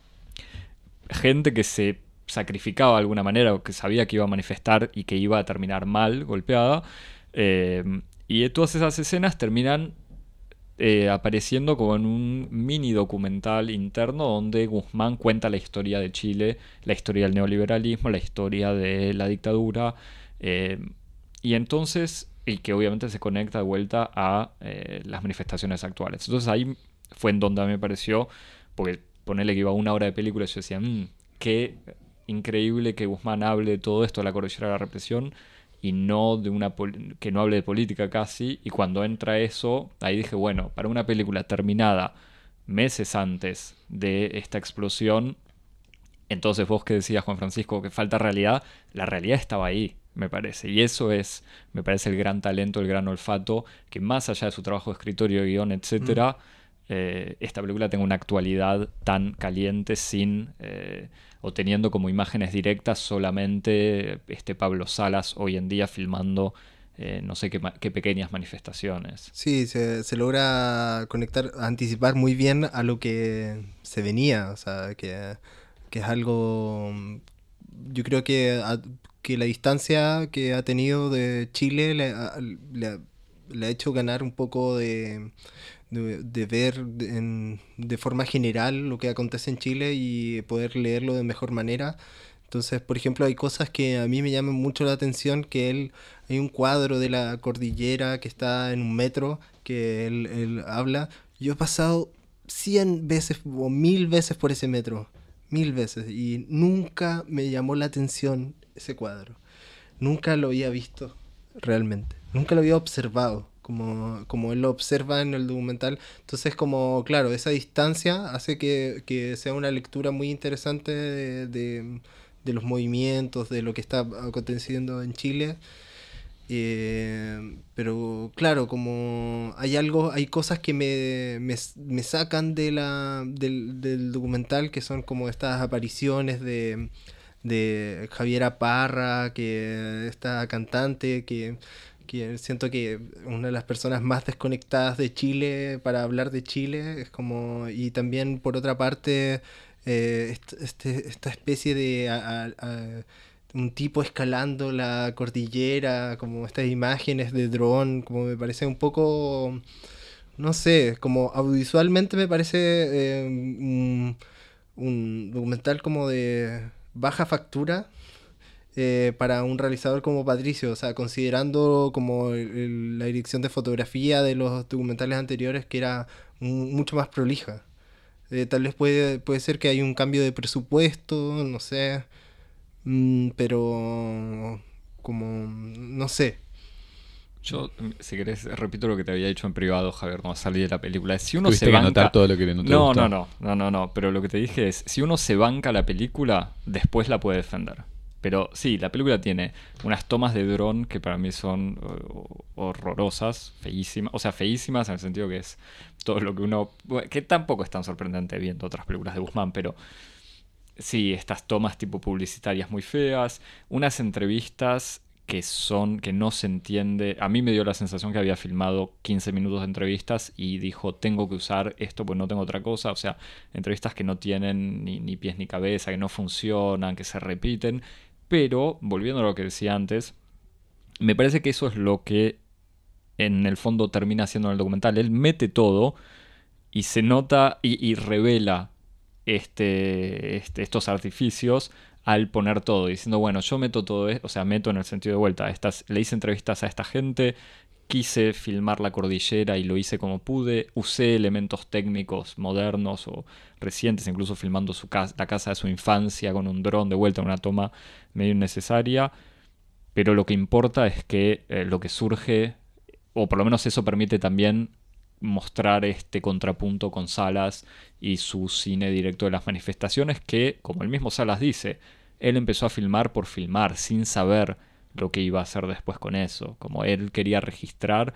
gente que se sacrificaba de alguna manera o que sabía que iba a manifestar y que iba a terminar mal, golpeada. eh, y todas esas escenas terminan eh, apareciendo como en un mini documental interno donde Guzmán cuenta la historia de Chile, la historia del neoliberalismo, la historia de la dictadura. eh, y entonces, y que obviamente se conecta de vuelta a eh, las manifestaciones actuales. Entonces ahí fue en donde a mí me pareció, porque ponerle que iba una hora de película y yo decía, mmm, qué increíble que Guzmán hable de todo esto de la cordillera de la represión y no de una pol- que no hable de política casi. Y cuando entra eso, ahí dije, bueno, para una película terminada meses antes de esta explosión, entonces vos que decías, Juan Francisco, que falta realidad, la realidad estaba ahí, me parece. Y eso es, me parece, el gran talento, el gran olfato, que más allá de su trabajo de escritorio, guión, etcétera, eh, esta película tenga una actualidad tan caliente sin... eh, o teniendo como imágenes directas solamente este Pablo Salas hoy en día filmando eh, no sé qué, ma- qué pequeñas manifestaciones. Sí, se, se logra conectar, anticipar muy bien a lo que se venía, o sea, que, que es algo, mm, yo creo que, a- que la distancia que ha tenido de Chile le, ha- le ha le ha hecho ganar un poco de, de, de ver de, en- de forma general lo que acontece en Chile y poder leerlo de mejor manera. Entonces, por ejemplo, hay cosas que a mí me llaman mucho la atención, que él, hay un cuadro de la cordillera que está en un metro, que él, él habla. Yo he pasado cien veces o mil veces por ese metro, mil veces, y nunca me llamó la atención ese cuadro. Nunca lo había visto realmente. Nunca lo había observado como, como él lo observa en el documental. Entonces, como, claro, esa distancia hace que, que sea una lectura muy interesante de, de, de los movimientos, de lo que está aconteciendo en Chile. Eh, pero claro, como hay algo, hay cosas que me, me, me sacan de la, del, del documental, que son como estas apariciones de, de Javiera Parra, que esta cantante que, que siento que una de las personas más desconectadas de Chile para hablar de Chile es como, y también por otra parte eh, este, este- esta especie de a- a- a- un tipo escalando la cordillera, como estas imágenes de dron, como me parece un poco, no sé, como audiovisualmente me parece eh, un, un documental como de baja factura eh, para un realizador como Patricio, o sea, considerando como el- el- la dirección de fotografía de los documentales anteriores que era mu- mucho más prolija. Eh, tal vez puede, puede ser que hay un cambio de presupuesto, no sé, mm, pero como, no sé. Yo, mm, si querés, repito lo que te había dicho en privado, Javier, cuando salí de la película. Si uno se Tuviste que anotar banca... todo lo que no te No, gustó. no, no, no, no, no, pero lo que te dije es, si uno se banca la película, después la puede defender. Pero sí, la película tiene unas tomas de dron que para mí son eh, horrorosas, feísimas, o sea, feísimas en el sentido que es todo lo que uno... bueno, que tampoco es tan sorprendente viendo otras películas de Guzmán, pero sí, estas tomas tipo publicitarias muy feas, unas entrevistas que son, que no se entiende. A mí me dio la sensación que había filmado quince minutos de entrevistas y dijo, tengo que usar esto pues no tengo otra cosa. O sea, entrevistas que no tienen ni, ni pies ni cabeza, que no funcionan, que se repiten. Pero, volviendo a lo que decía antes, me parece que eso es lo que en el fondo termina haciendo en el documental. Él mete todo y se nota y, y revela este, este, estos artificios al poner todo, diciendo, bueno, yo meto todo esto, o sea, meto en el sentido de vuelta, estas, le hice entrevistas a esta gente, quise filmar la cordillera y lo hice como pude, usé elementos técnicos modernos o recientes, incluso filmando su casa, la casa de su infancia con un dron de vuelta, una toma medio innecesaria, pero lo que importa es que eh, lo que surge, o por lo menos eso permite también mostrar este contrapunto con Salas y su cine directo de las manifestaciones que, como el mismo Salas dice, él empezó a filmar por filmar, sin saber lo que iba a hacer después con eso, como él quería registrar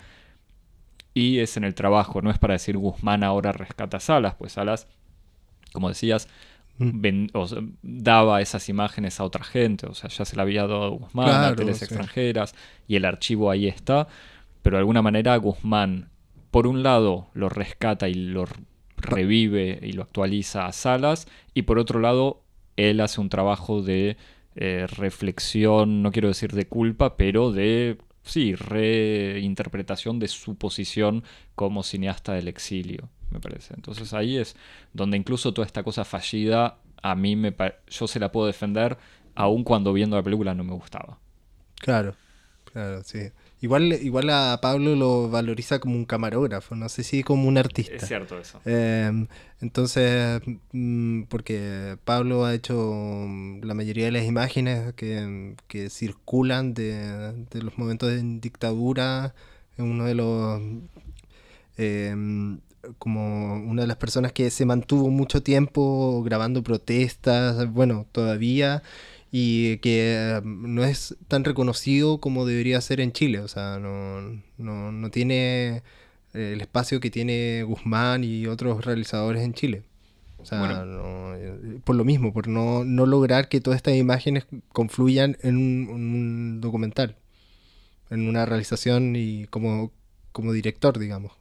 y es en el trabajo, no es para decir Guzmán ahora rescata a Salas, pues Salas, como decías, Mm. ven- o sea, daba esas imágenes a otra gente, o sea, ya se la había dado a Guzmán, a Claro, teles sí. extranjeras y el archivo ahí está, pero de alguna manera Guzmán por un lado lo rescata y lo revive y lo actualiza a Salas, y por otro lado él hace un trabajo de eh, reflexión, no quiero decir de culpa, pero de, sí, reinterpretación de su posición como cineasta del exilio, me parece. Entonces ahí es donde incluso toda esta cosa fallida, a mí me pa- yo se la puedo defender, aun cuando viendo la película no me gustaba. Claro, claro, sí. Igual, igual a Pablo lo valoriza como un camarógrafo, no sé si como un Es artista. cierto eso. Eh, entonces, mm, porque Pablo ha hecho mm, la mayoría de las imágenes que, que circulan de, de los momentos de dictadura, es uno de los eh, como una de las personas que se mantuvo mucho tiempo grabando protestas, bueno, todavía, y que eh, no es tan reconocido como debería ser en Chile, o sea, no, no, no tiene eh, el espacio que tiene Guzmán y otros realizadores en Chile. O sea, Bueno, no, eh, por lo mismo, por no, no lograr que todas estas imágenes confluyan en un, un documental. en una realización y como, como director, digamos.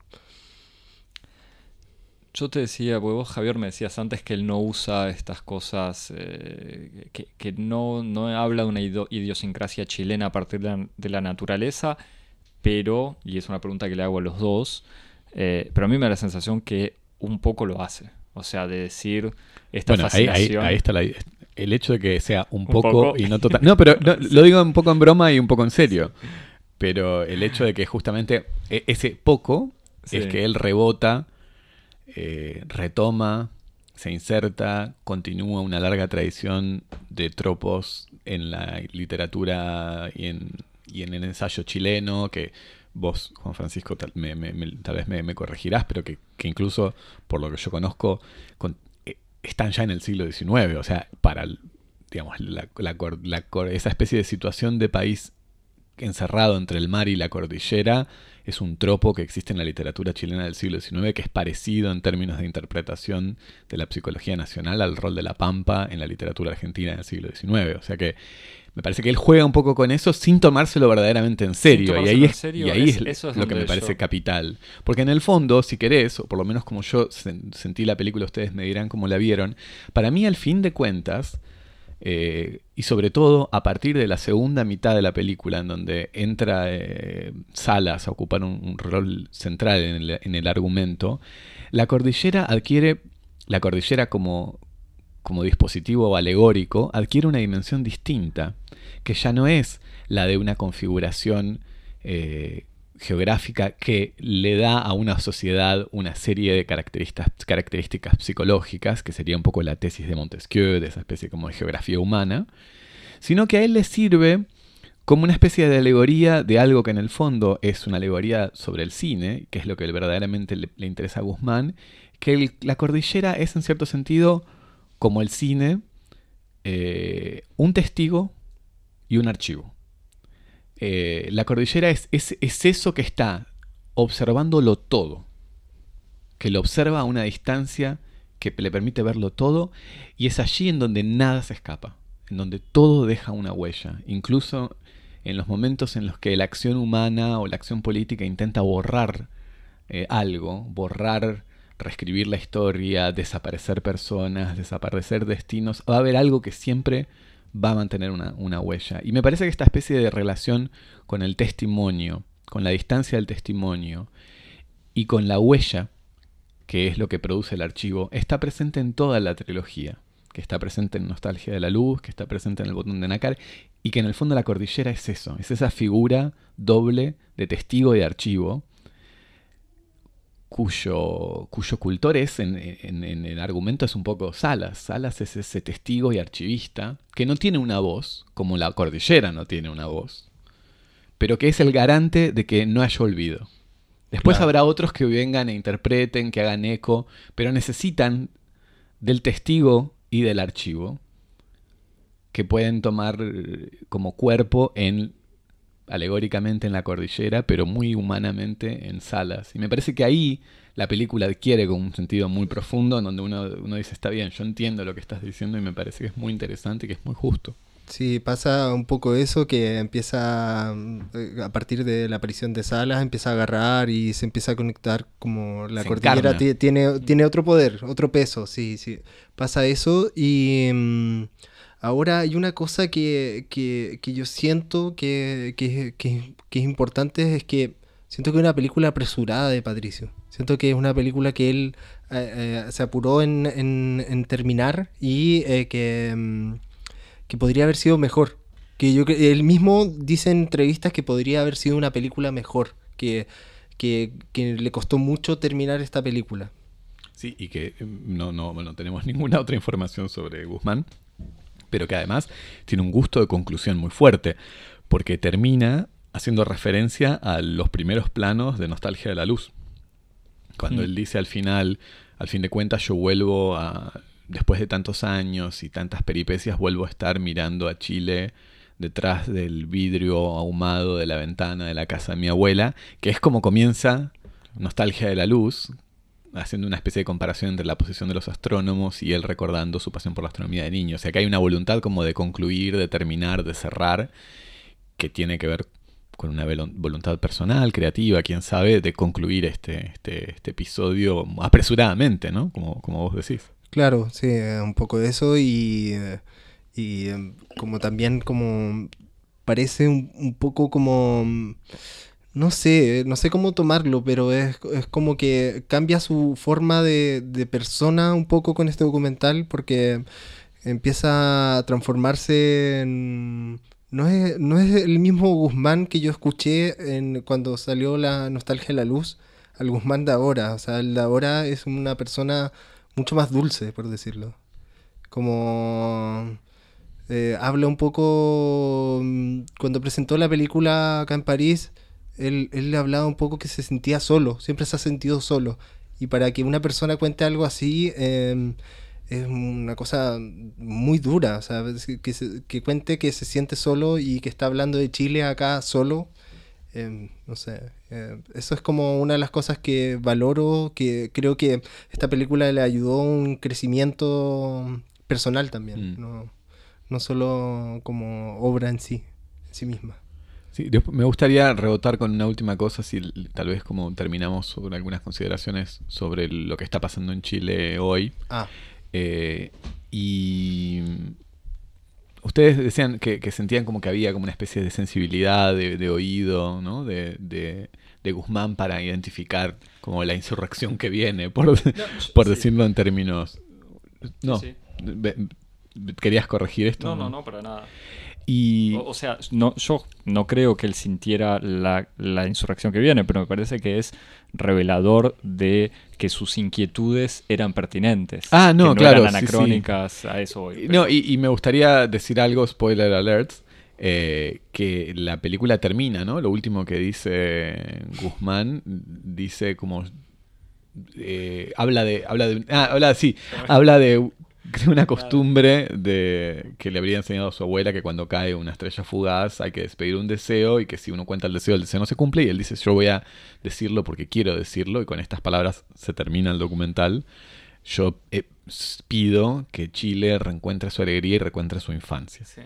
Yo te decía, porque vos, Javier, me decías antes que él no usa estas cosas, eh, que, que no, no habla de una ido- idiosincrasia chilena a partir de la, de la naturaleza, pero, y es una pregunta que le hago a los dos, eh, pero a mí me da la sensación que un poco lo hace. O sea, de decir esta Bueno, ahí, ahí, fascinación. ahí está la, el hecho de que sea un, Un poco, poco. y no total. No, pero no, Sí. lo digo un poco en broma y un poco en serio. Pero el hecho de que justamente e- ese poco Sí. es que él rebota, eh, retoma, se inserta, continúa una larga tradición de tropos en la literatura y en, y en el ensayo chileno, que vos, Juan Francisco, tal, me, me, me, tal vez me, me corregirás, pero que, que incluso, por lo que yo conozco, con, eh, están ya en el siglo diecinueve. O sea, para, digamos, la, la, la, la, esa especie de situación de país encerrado entre el mar y la cordillera es un tropo que existe en la literatura chilena del siglo diecinueve, que es parecido en términos de interpretación de la psicología nacional al rol de la pampa en la literatura argentina del siglo diecinueve. O sea que me parece que él juega un poco con eso sin tomárselo verdaderamente en serio. Y ahí es, serio, y ahí es, es, eso es lo que me parece yo... capital. Porque en el fondo, si querés, o por lo menos como yo sen- sentí la película, ustedes me dirán cómo la vieron, para mí al fin de cuentas, Eh, y sobre todo a partir de la segunda mitad de la película, en donde entra eh, Salas a ocupar un, un rol central en el, en el argumento, la cordillera adquiere, la cordillera como, como dispositivo alegórico, adquiere una dimensión distinta, que ya no es la de una configuración eh, geográfica que le da a una sociedad una serie de características, características psicológicas, que sería un poco la tesis de Montesquieu, de esa especie como de geografía humana, sino que a él le sirve como una especie de alegoría de algo que en el fondo es una alegoría sobre el cine, que es lo que verdaderamente le, le interesa a Guzmán, que el, la cordillera es en cierto sentido como el cine, eh, un testigo y un archivo. Eh, la cordillera es, es, es eso que está observándolo todo, que lo observa a una distancia que le permite verlo todo, y es allí en donde nada se escapa, en donde todo deja una huella, incluso en los momentos en los que la acción humana o la acción política intenta borrar eh, algo, borrar, reescribir la historia, desaparecer personas, desaparecer destinos, va a haber algo que siempre va a mantener una, una huella. Y me parece que esta especie de relación con el testimonio, con la distancia del testimonio y con la huella, que es lo que produce el archivo, está presente en toda la trilogía, que está presente en Nostalgia de la Luz, que está presente en El Botón de Nácar, y que en el fondo la cordillera es eso, es esa figura doble de testigo y de archivo, cuyo, cuyo cultor es, en, en, en el argumento es un poco Salas. Salas es ese testigo y archivista que no tiene una voz, como la cordillera no tiene una voz, pero que es el garante de que no haya olvido. Después claro. Habrá otros que vengan e interpreten, que hagan eco, pero necesitan del testigo y del archivo, que pueden tomar como cuerpo en... alegóricamente en la cordillera, pero muy humanamente en Salas. Y me parece que ahí la película adquiere con un sentido muy profundo, en donde uno, uno dice, está bien, yo entiendo lo que estás diciendo y me parece que es muy interesante y que es muy justo. Sí, pasa un poco eso, que empieza, a partir de la aparición de Salas, empieza a agarrar y se empieza a conectar, como la se cordillera t- tiene, tiene otro poder, otro peso, sí, sí. Pasa eso y... Um, ahora hay una cosa que, que, que yo siento que, que, que, que es importante, es que siento que es una película apresurada de Patricio. Siento que es una película que él eh, eh, se apuró en, en, en terminar y eh, que, um, que podría haber sido mejor. Que yo él mismo dice en entrevistas que podría haber sido una película mejor, que, que, que le costó mucho terminar esta película. Sí, y que no, no, no tenemos ninguna otra información sobre Guzmán, pero que además tiene un gusto de conclusión muy fuerte, porque termina haciendo referencia a los primeros planos de Nostalgia de la Luz. Cuando mm. él dice al final, al fin de cuentas yo vuelvo a, después de tantos años y tantas peripecias, vuelvo a estar mirando a Chile detrás del vidrio ahumado de la ventana de la casa de mi abuela, que es como comienza Nostalgia de la Luz, haciendo una especie de comparación entre la posición de los astrónomos y él recordando su pasión por la astronomía de niño. O sea que hay una voluntad como de concluir, de terminar, de cerrar, que tiene que ver con una voluntad personal, creativa, quién sabe, de concluir este, este, este episodio apresuradamente, ¿no? Como, como vos decís. Claro, sí, un poco de eso y, y como también como parece un, un poco como, no sé, no sé cómo tomarlo, pero es, es como que cambia su forma de, de persona un poco con este documental porque empieza a transformarse en... No es, no es el mismo Guzmán que yo escuché en, cuando salió La Nostalgia a la Luz, al Guzmán de ahora. O sea, el de ahora es una persona mucho más dulce, por decirlo. Como eh, habla un poco... Cuando presentó la película acá en París, él, él le hablaba un poco que se sentía solo, siempre se ha sentido solo. Y para que una persona cuente algo así... Eh, es una cosa muy dura, o sea, que, se, que cuente que se siente solo y que está hablando de Chile acá solo, eh, no sé, eh, eso es como una de las cosas que valoro, que creo que esta película le ayudó a un crecimiento personal también, mm. no, no solo como obra en sí, en sí misma. Sí, me gustaría rebotar con una última cosa, si tal vez como terminamos sobre algunas consideraciones sobre lo que está pasando en Chile hoy. Ah. Eh, y ustedes decían que, que sentían como que había como una especie de sensibilidad, de, de oído, ¿no? de, de, de Guzmán para identificar como la insurrección que viene, por, no, por sí. decirlo en términos... No, sí, sí. ¿Querías corregir esto? No, no, no, para nada. Y... O, o sea, no, yo no creo que él sintiera la, la insurrección que viene, pero me parece que es revelador de que sus inquietudes eran pertinentes. Ah, no, que no claro. eran anacrónicas, sí, sí. A eso hoy. No, y, y me gustaría decir algo, spoiler alert, eh, que la película termina, ¿no? Lo último que dice Guzmán, dice como... Eh, habla de... Habla de ah, habla, sí, habla de... una costumbre de que le habría enseñado a su abuela que cuando cae una estrella fugaz hay que despedir un deseo y que si uno cuenta el deseo, el deseo no se cumple, y él dice, yo voy a decirlo porque quiero decirlo, y con estas palabras se termina el documental. Yo eh, pido que Chile reencuentre su alegría y reencuentre su infancia. Sí.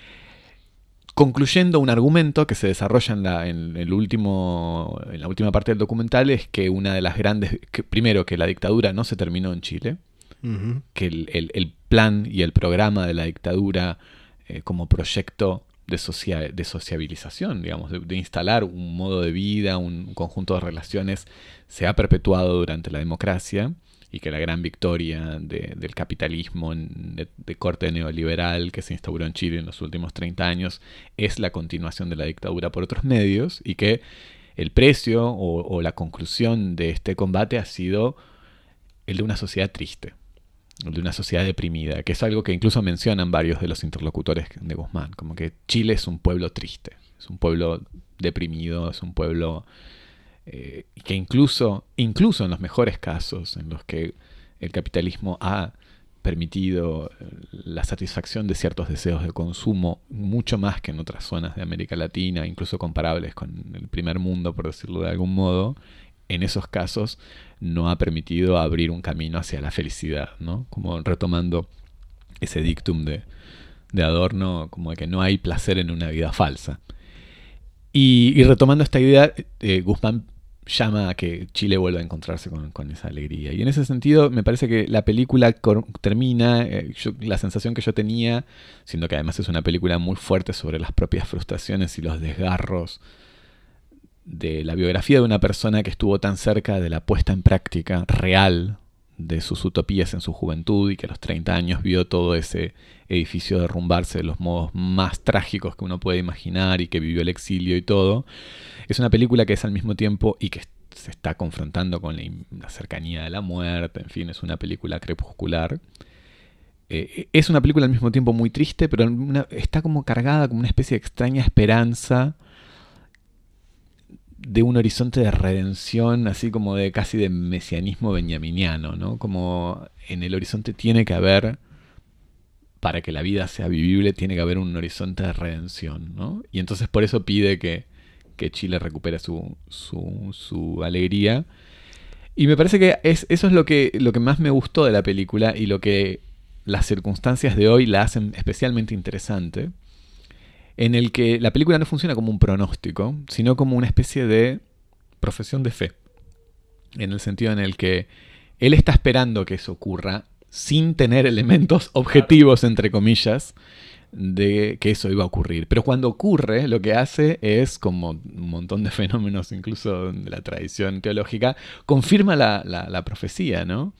Concluyendo un argumento que se desarrolla en la, en el último, en la última parte del documental, es que una de las grandes... Que, primero, que la dictadura no se terminó en Chile, uh-huh. que el, el, el plan y el programa de la dictadura eh, como proyecto de, socia, de sociabilización, digamos, de, de instalar un modo de vida, un conjunto de relaciones, se ha perpetuado durante la democracia, y que la gran victoria de, del capitalismo de, de corte neoliberal que se instauró en Chile en los últimos treinta años es la continuación de la dictadura por otros medios, y que el precio o, o la conclusión de este combate ha sido el de una sociedad triste, el de una sociedad deprimida, que es algo que incluso mencionan varios de los interlocutores de Guzmán, como que Chile es un pueblo triste, es un pueblo deprimido, es un pueblo... Eh, que incluso, incluso en los mejores casos en los que el capitalismo ha permitido la satisfacción de ciertos deseos de consumo mucho más que en otras zonas de América Latina, incluso comparables con el primer mundo, por decirlo de algún modo, en esos casos no ha permitido abrir un camino hacia la felicidad, ¿no? Como retomando ese dictum de, de Adorno, como de que no hay placer en una vida falsa. Y, y retomando esta idea, eh, Guzmán llama a que Chile vuelva a encontrarse con, con esa alegría. Y en ese sentido me parece que la película cor- termina, eh, yo, la sensación que yo tenía, siendo que además es una película muy fuerte sobre las propias frustraciones y los desgarros de la biografía de una persona que estuvo tan cerca de la puesta en práctica real de sus utopías en su juventud, y que a los treinta años vio todo ese edificio derrumbarse de los modos más trágicos que uno puede imaginar, y que vivió el exilio y todo. Es una película que es al mismo tiempo, y que se está confrontando con la, la cercanía de la muerte, en fin, es una película crepuscular. Eh, es una película al mismo tiempo muy triste, pero una, está como cargada como una especie de extraña esperanza de un horizonte de redención, así como de casi de mesianismo benjaminiano, ¿no? Como en el horizonte tiene que haber, para que la vida sea vivible, tiene que haber un horizonte de redención, ¿no? Y entonces por eso pide que, que Chile recupere su, su, su alegría. Y me parece que es, eso es lo que, lo que más me gustó de la película, y lo que las circunstancias de hoy la hacen especialmente interesante. en el que la película no funciona como un pronóstico, sino como una especie de profesión de fe, en el sentido en el que él está esperando que eso ocurra sin tener elementos objetivos, entre comillas, de que eso iba a ocurrir. Pero cuando ocurre, lo que hace es, como un montón de fenómenos, incluso de la tradición teológica, confirma la, la, la profecía, ¿no?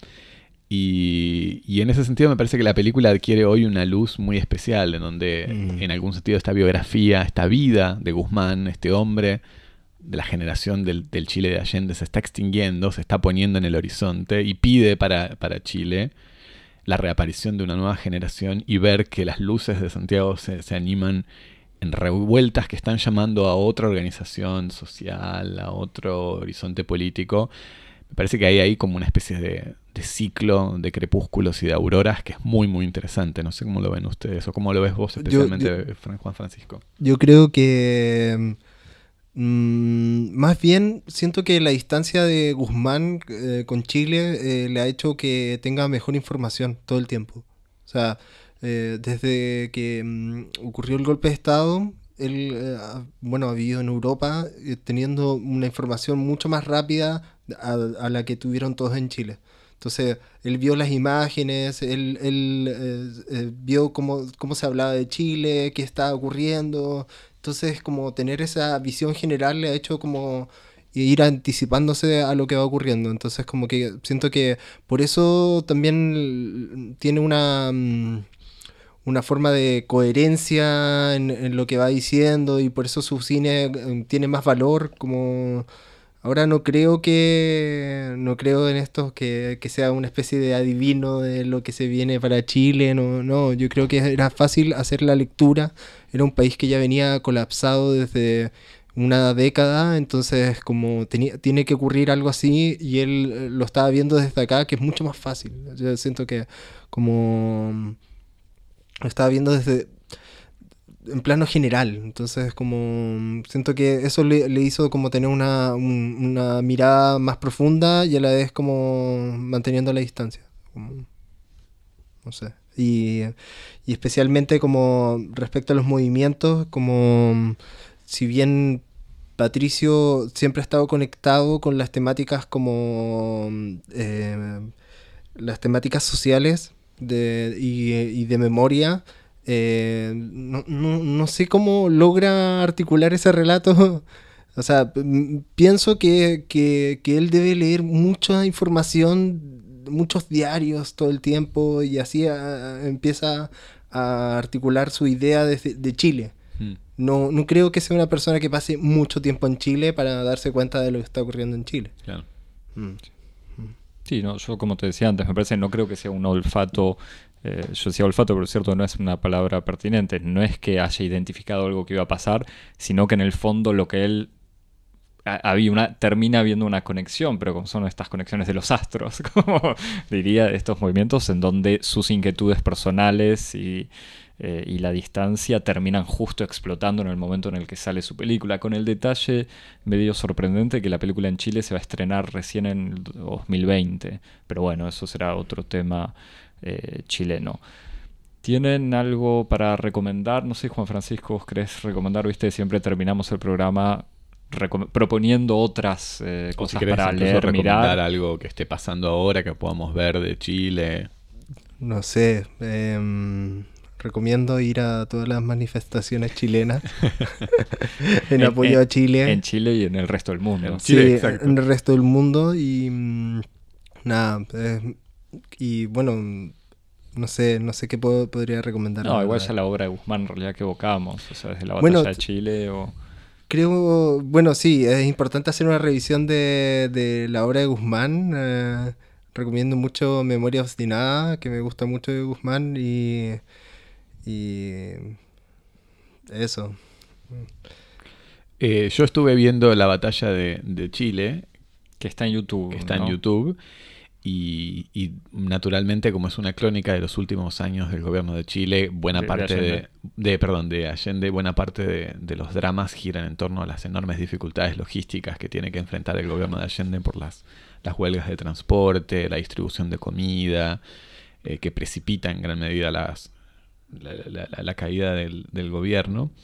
Y, y en ese sentido me parece que la película adquiere hoy una luz muy especial, en donde mm. en algún sentido esta biografía, esta vida de Guzmán, este hombre de la generación del, del Chile de Allende, se está extinguiendo, se está poniendo en el horizonte y pide para, para Chile la reaparición de una nueva generación y ver que las luces de Santiago se, se animan en revueltas que están llamando a otra organización social, a otro horizonte político. Me parece que hay ahí como una especie de, de ciclo de crepúsculos y de auroras que es muy, muy interesante. No sé cómo lo ven ustedes o cómo lo ves vos especialmente, yo, yo, Juan Francisco. Yo creo que... Mm, más bien siento que la distancia de Guzmán eh, con Chile eh, le ha hecho que tenga mejor información todo el tiempo. O sea, eh, desde que mm, ocurrió el golpe de Estado, él eh, bueno, ha vivido en Europa eh, teniendo una información mucho más rápida a, a la que tuvieron todos en Chile. Entonces, él vio las imágenes, él, él eh, eh, vio cómo, cómo se hablaba de Chile, qué estaba ocurriendo. Entonces, como tener esa visión general le ha hecho como ir anticipándose a lo que va ocurriendo. Entonces, como que siento que por eso también tiene una, una forma de coherencia en, en lo que va diciendo y por eso su cine tiene más valor. Como ahora no creo que no creo en esto que, que sea una especie de adivino de lo que se viene para Chile. No, no, yo creo que era fácil hacer la lectura. Era un país que ya venía colapsado desde una década, entonces como tenía, tiene que ocurrir algo así y él lo estaba viendo desde acá, que es mucho más fácil. Yo siento que como lo estaba viendo desde en plano general, entonces como siento que eso le, le hizo como tener una, un, una mirada más profunda y a la vez como manteniendo la distancia. Como, no sé. Y, y especialmente como respecto a los movimientos, como si bien Patricio siempre ha estado conectado con las temáticas como eh, las temáticas sociales de, y, y de memoria, eh, no, no, no sé cómo logra articular ese relato. O sea, pienso que, que, que él debe leer mucha información, muchos diarios todo el tiempo y así a, empieza a articular su idea de, de Chile. Mm. No, no creo que sea una persona que pase mucho tiempo en Chile para darse cuenta de lo que está ocurriendo en Chile. Claro. Mm. Sí, no, yo como te decía antes, me parece, no creo que sea un olfato, eh, yo decía olfato, pero es cierto, no es una palabra pertinente, no es que haya identificado algo que iba a pasar, sino que en el fondo lo que él había una, termina habiendo una conexión, pero como son estas conexiones de los astros, como diría, de estos movimientos en donde sus inquietudes personales y, eh, y la distancia terminan justo explotando en el momento en el que sale su película, con el detalle medio sorprendente que la película en Chile se va a estrenar recién en el dos mil veinte, pero bueno, eso será otro tema eh, chileno. ¿Tienen algo para recomendar? No sé, Juan Francisco, ¿vos querés recomendar? Viste, siempre terminamos el programa Recom- proponiendo otras eh, cosas si para leer, recomendar mirar. Algo que esté pasando ahora que podamos ver de Chile. No sé, eh, recomiendo ir a todas las manifestaciones chilenas en, en apoyo en, a Chile. En Chile y en el resto del mundo. En Chile, sí, exacto. En el resto del mundo y mmm, nada, eh, y bueno, no sé, no sé qué puedo, podría recomendar. No, igual ya la obra de Guzmán en realidad que evocamos, o sea, desde la batalla bueno, de Chile o... Creo, bueno, sí, es importante hacer una revisión de, de la obra de Guzmán. Eh, recomiendo mucho Memoria Obstinada, que me gusta mucho de Guzmán, y, y eso. Eh, yo estuve viendo la batalla de, de Chile, que está en YouTube. Que está ¿no? en YouTube. Y, y naturalmente, como es una crónica de los últimos años del gobierno de Chile, buena de, parte de, de, de perdón de Allende, buena parte de, de los dramas giran en torno a las enormes dificultades logísticas que tiene que enfrentar el gobierno de Allende por las, las huelgas de transporte, la distribución de comida, eh, que precipita en gran medida las, la, la, la, la caída del, del gobierno.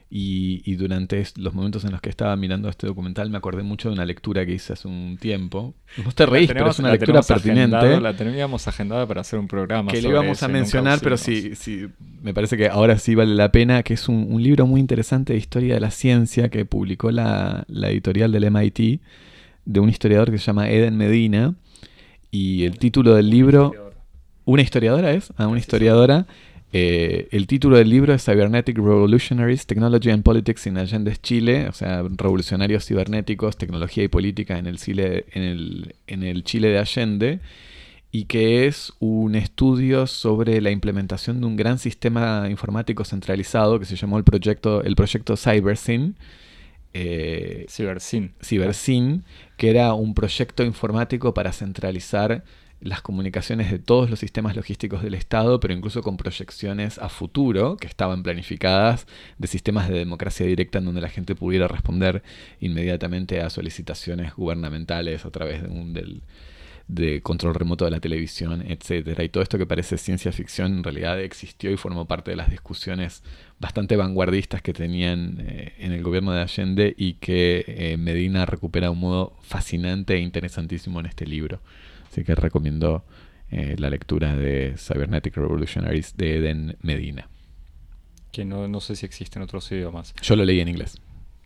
Y, y durante los momentos en los que estaba mirando este documental me acordé mucho de una lectura que hice hace un tiempo. Vos te reís, pero es una lectura pertinente. Agendado, la teníamos agendada para hacer un programa. Que le íbamos a mencionar, pero sí, sí, me parece que ahora sí vale la pena, que es un, un libro muy interesante de historia de la ciencia que publicó la, la editorial del M I T, de un historiador que se llama Eden Medina. Y el título del libro... ¿Una historiadora es? Ah, una historiadora... Eh, el título del libro es Cybernetic Revolutionaries, Technology and Politics in Allende Chile, o sea, revolucionarios cibernéticos, tecnología y política en el Chile, en el, en el Chile de Allende, y que es un estudio sobre la implementación de un gran sistema informático centralizado que se llamó el proyecto, el proyecto CyberSyn. Eh, CyberSyn. CyberSyn, que era un proyecto informático para centralizar las comunicaciones de todos los sistemas logísticos del Estado, pero incluso con proyecciones a futuro que estaban planificadas de sistemas de democracia directa en donde la gente pudiera responder inmediatamente a solicitaciones gubernamentales a través de un del, de control remoto de la televisión, etcétera. Y todo esto que parece ciencia ficción en realidad existió y formó parte de las discusiones bastante vanguardistas que tenían eh, en el gobierno de Allende y que eh, Medina recupera de un modo fascinante e interesantísimo en este libro. Así que recomiendo eh, la lectura de Cybernetic Revolutionaries de Eden Medina. Que no, no sé si existe en otros idiomas. Yo lo leí en inglés.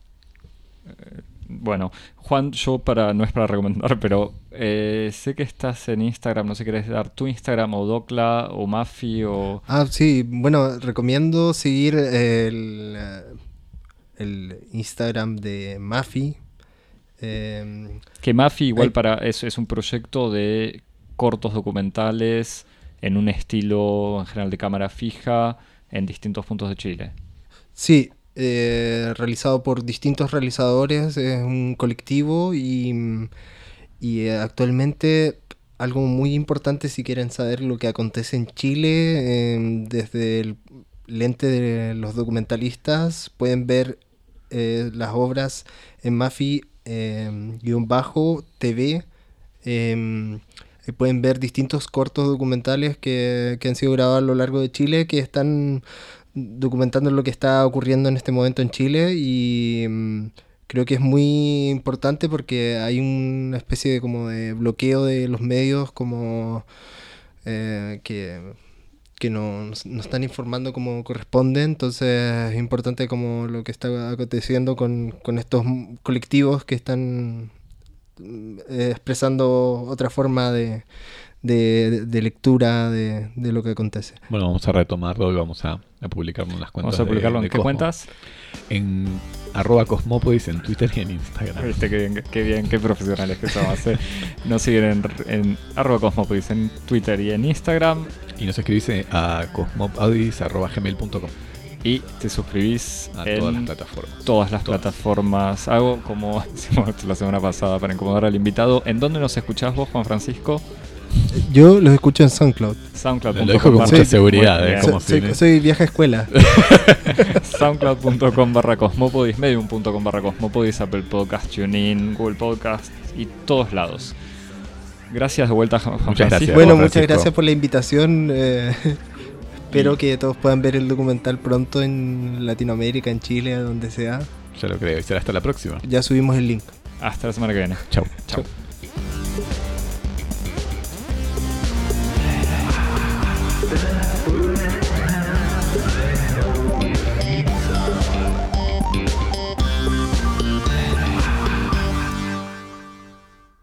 Eh, bueno, Juan, yo para no es para recomendar, pero eh, sé que estás en Instagram. No sé si querés dar tu Instagram o Docla o Mafi o... Ah, sí. Bueno, recomiendo seguir el, el Instagram de Mafi. Eh, que Mafi igual hay... para eso es un proyecto de cortos documentales en un estilo en general de cámara fija en distintos puntos de Chile. Sí, eh, realizado por distintos realizadores, es un colectivo y, y actualmente algo muy importante si quieren saber lo que acontece en Chile, eh, desde el lente de los documentalistas pueden ver eh, las obras en Mafi Eh, guión bajo T V. Eh, pueden ver distintos cortos documentales que, que han sido grabados a lo largo de Chile, que están documentando lo que está ocurriendo en este momento en Chile, y um, creo que es muy importante porque hay una especie de como de bloqueo de los medios, como eh, que que no, no están informando como corresponde. Entonces es importante como lo que está aconteciendo con, con estos colectivos que están eh, expresando otra forma de, de, de lectura de, de lo que acontece. Bueno, vamos a retomarlo y vamos a, a publicarlo en las cuentas. ¿Vamos a publicarlo de, en de qué cuentas? En arroba Cosmópodis en Twitter y en Instagram. Viste, qué bien, qué, bien, qué profesionales que somos. ¿eh? Nos siguen en, en arroba Cosmópodis en Twitter y en Instagram. Y nos escribís a cosmopodis arroba gmail punto com. Y te suscribís a en todas las plataformas. Todas las todas. plataformas. Hago como hicimos la semana pasada para incomodar al invitado. ¿En dónde nos escuchás vos, Juan Francisco? Yo los escucho en SoundCloud. SoundCloud. Lo dijo con mucha seguridad. Eh, como soy, soy, soy vieja escuela. SoundCloud.com barra Cosmopodis, Medium.com barra Cosmopodis, Apple Podcast, TuneIn, Google Podcast y todos lados. Gracias de vuelta, Juan muchas Francisco. Gracias, bueno, Juan muchas Francisco. gracias por la invitación. Eh, espero y... que todos puedan ver el documental pronto en Latinoamérica, en Chile, donde sea. Ya lo creo. Y será hasta la próxima. Ya subimos el link. Hasta la semana que viene. Chau. Chau. Chau.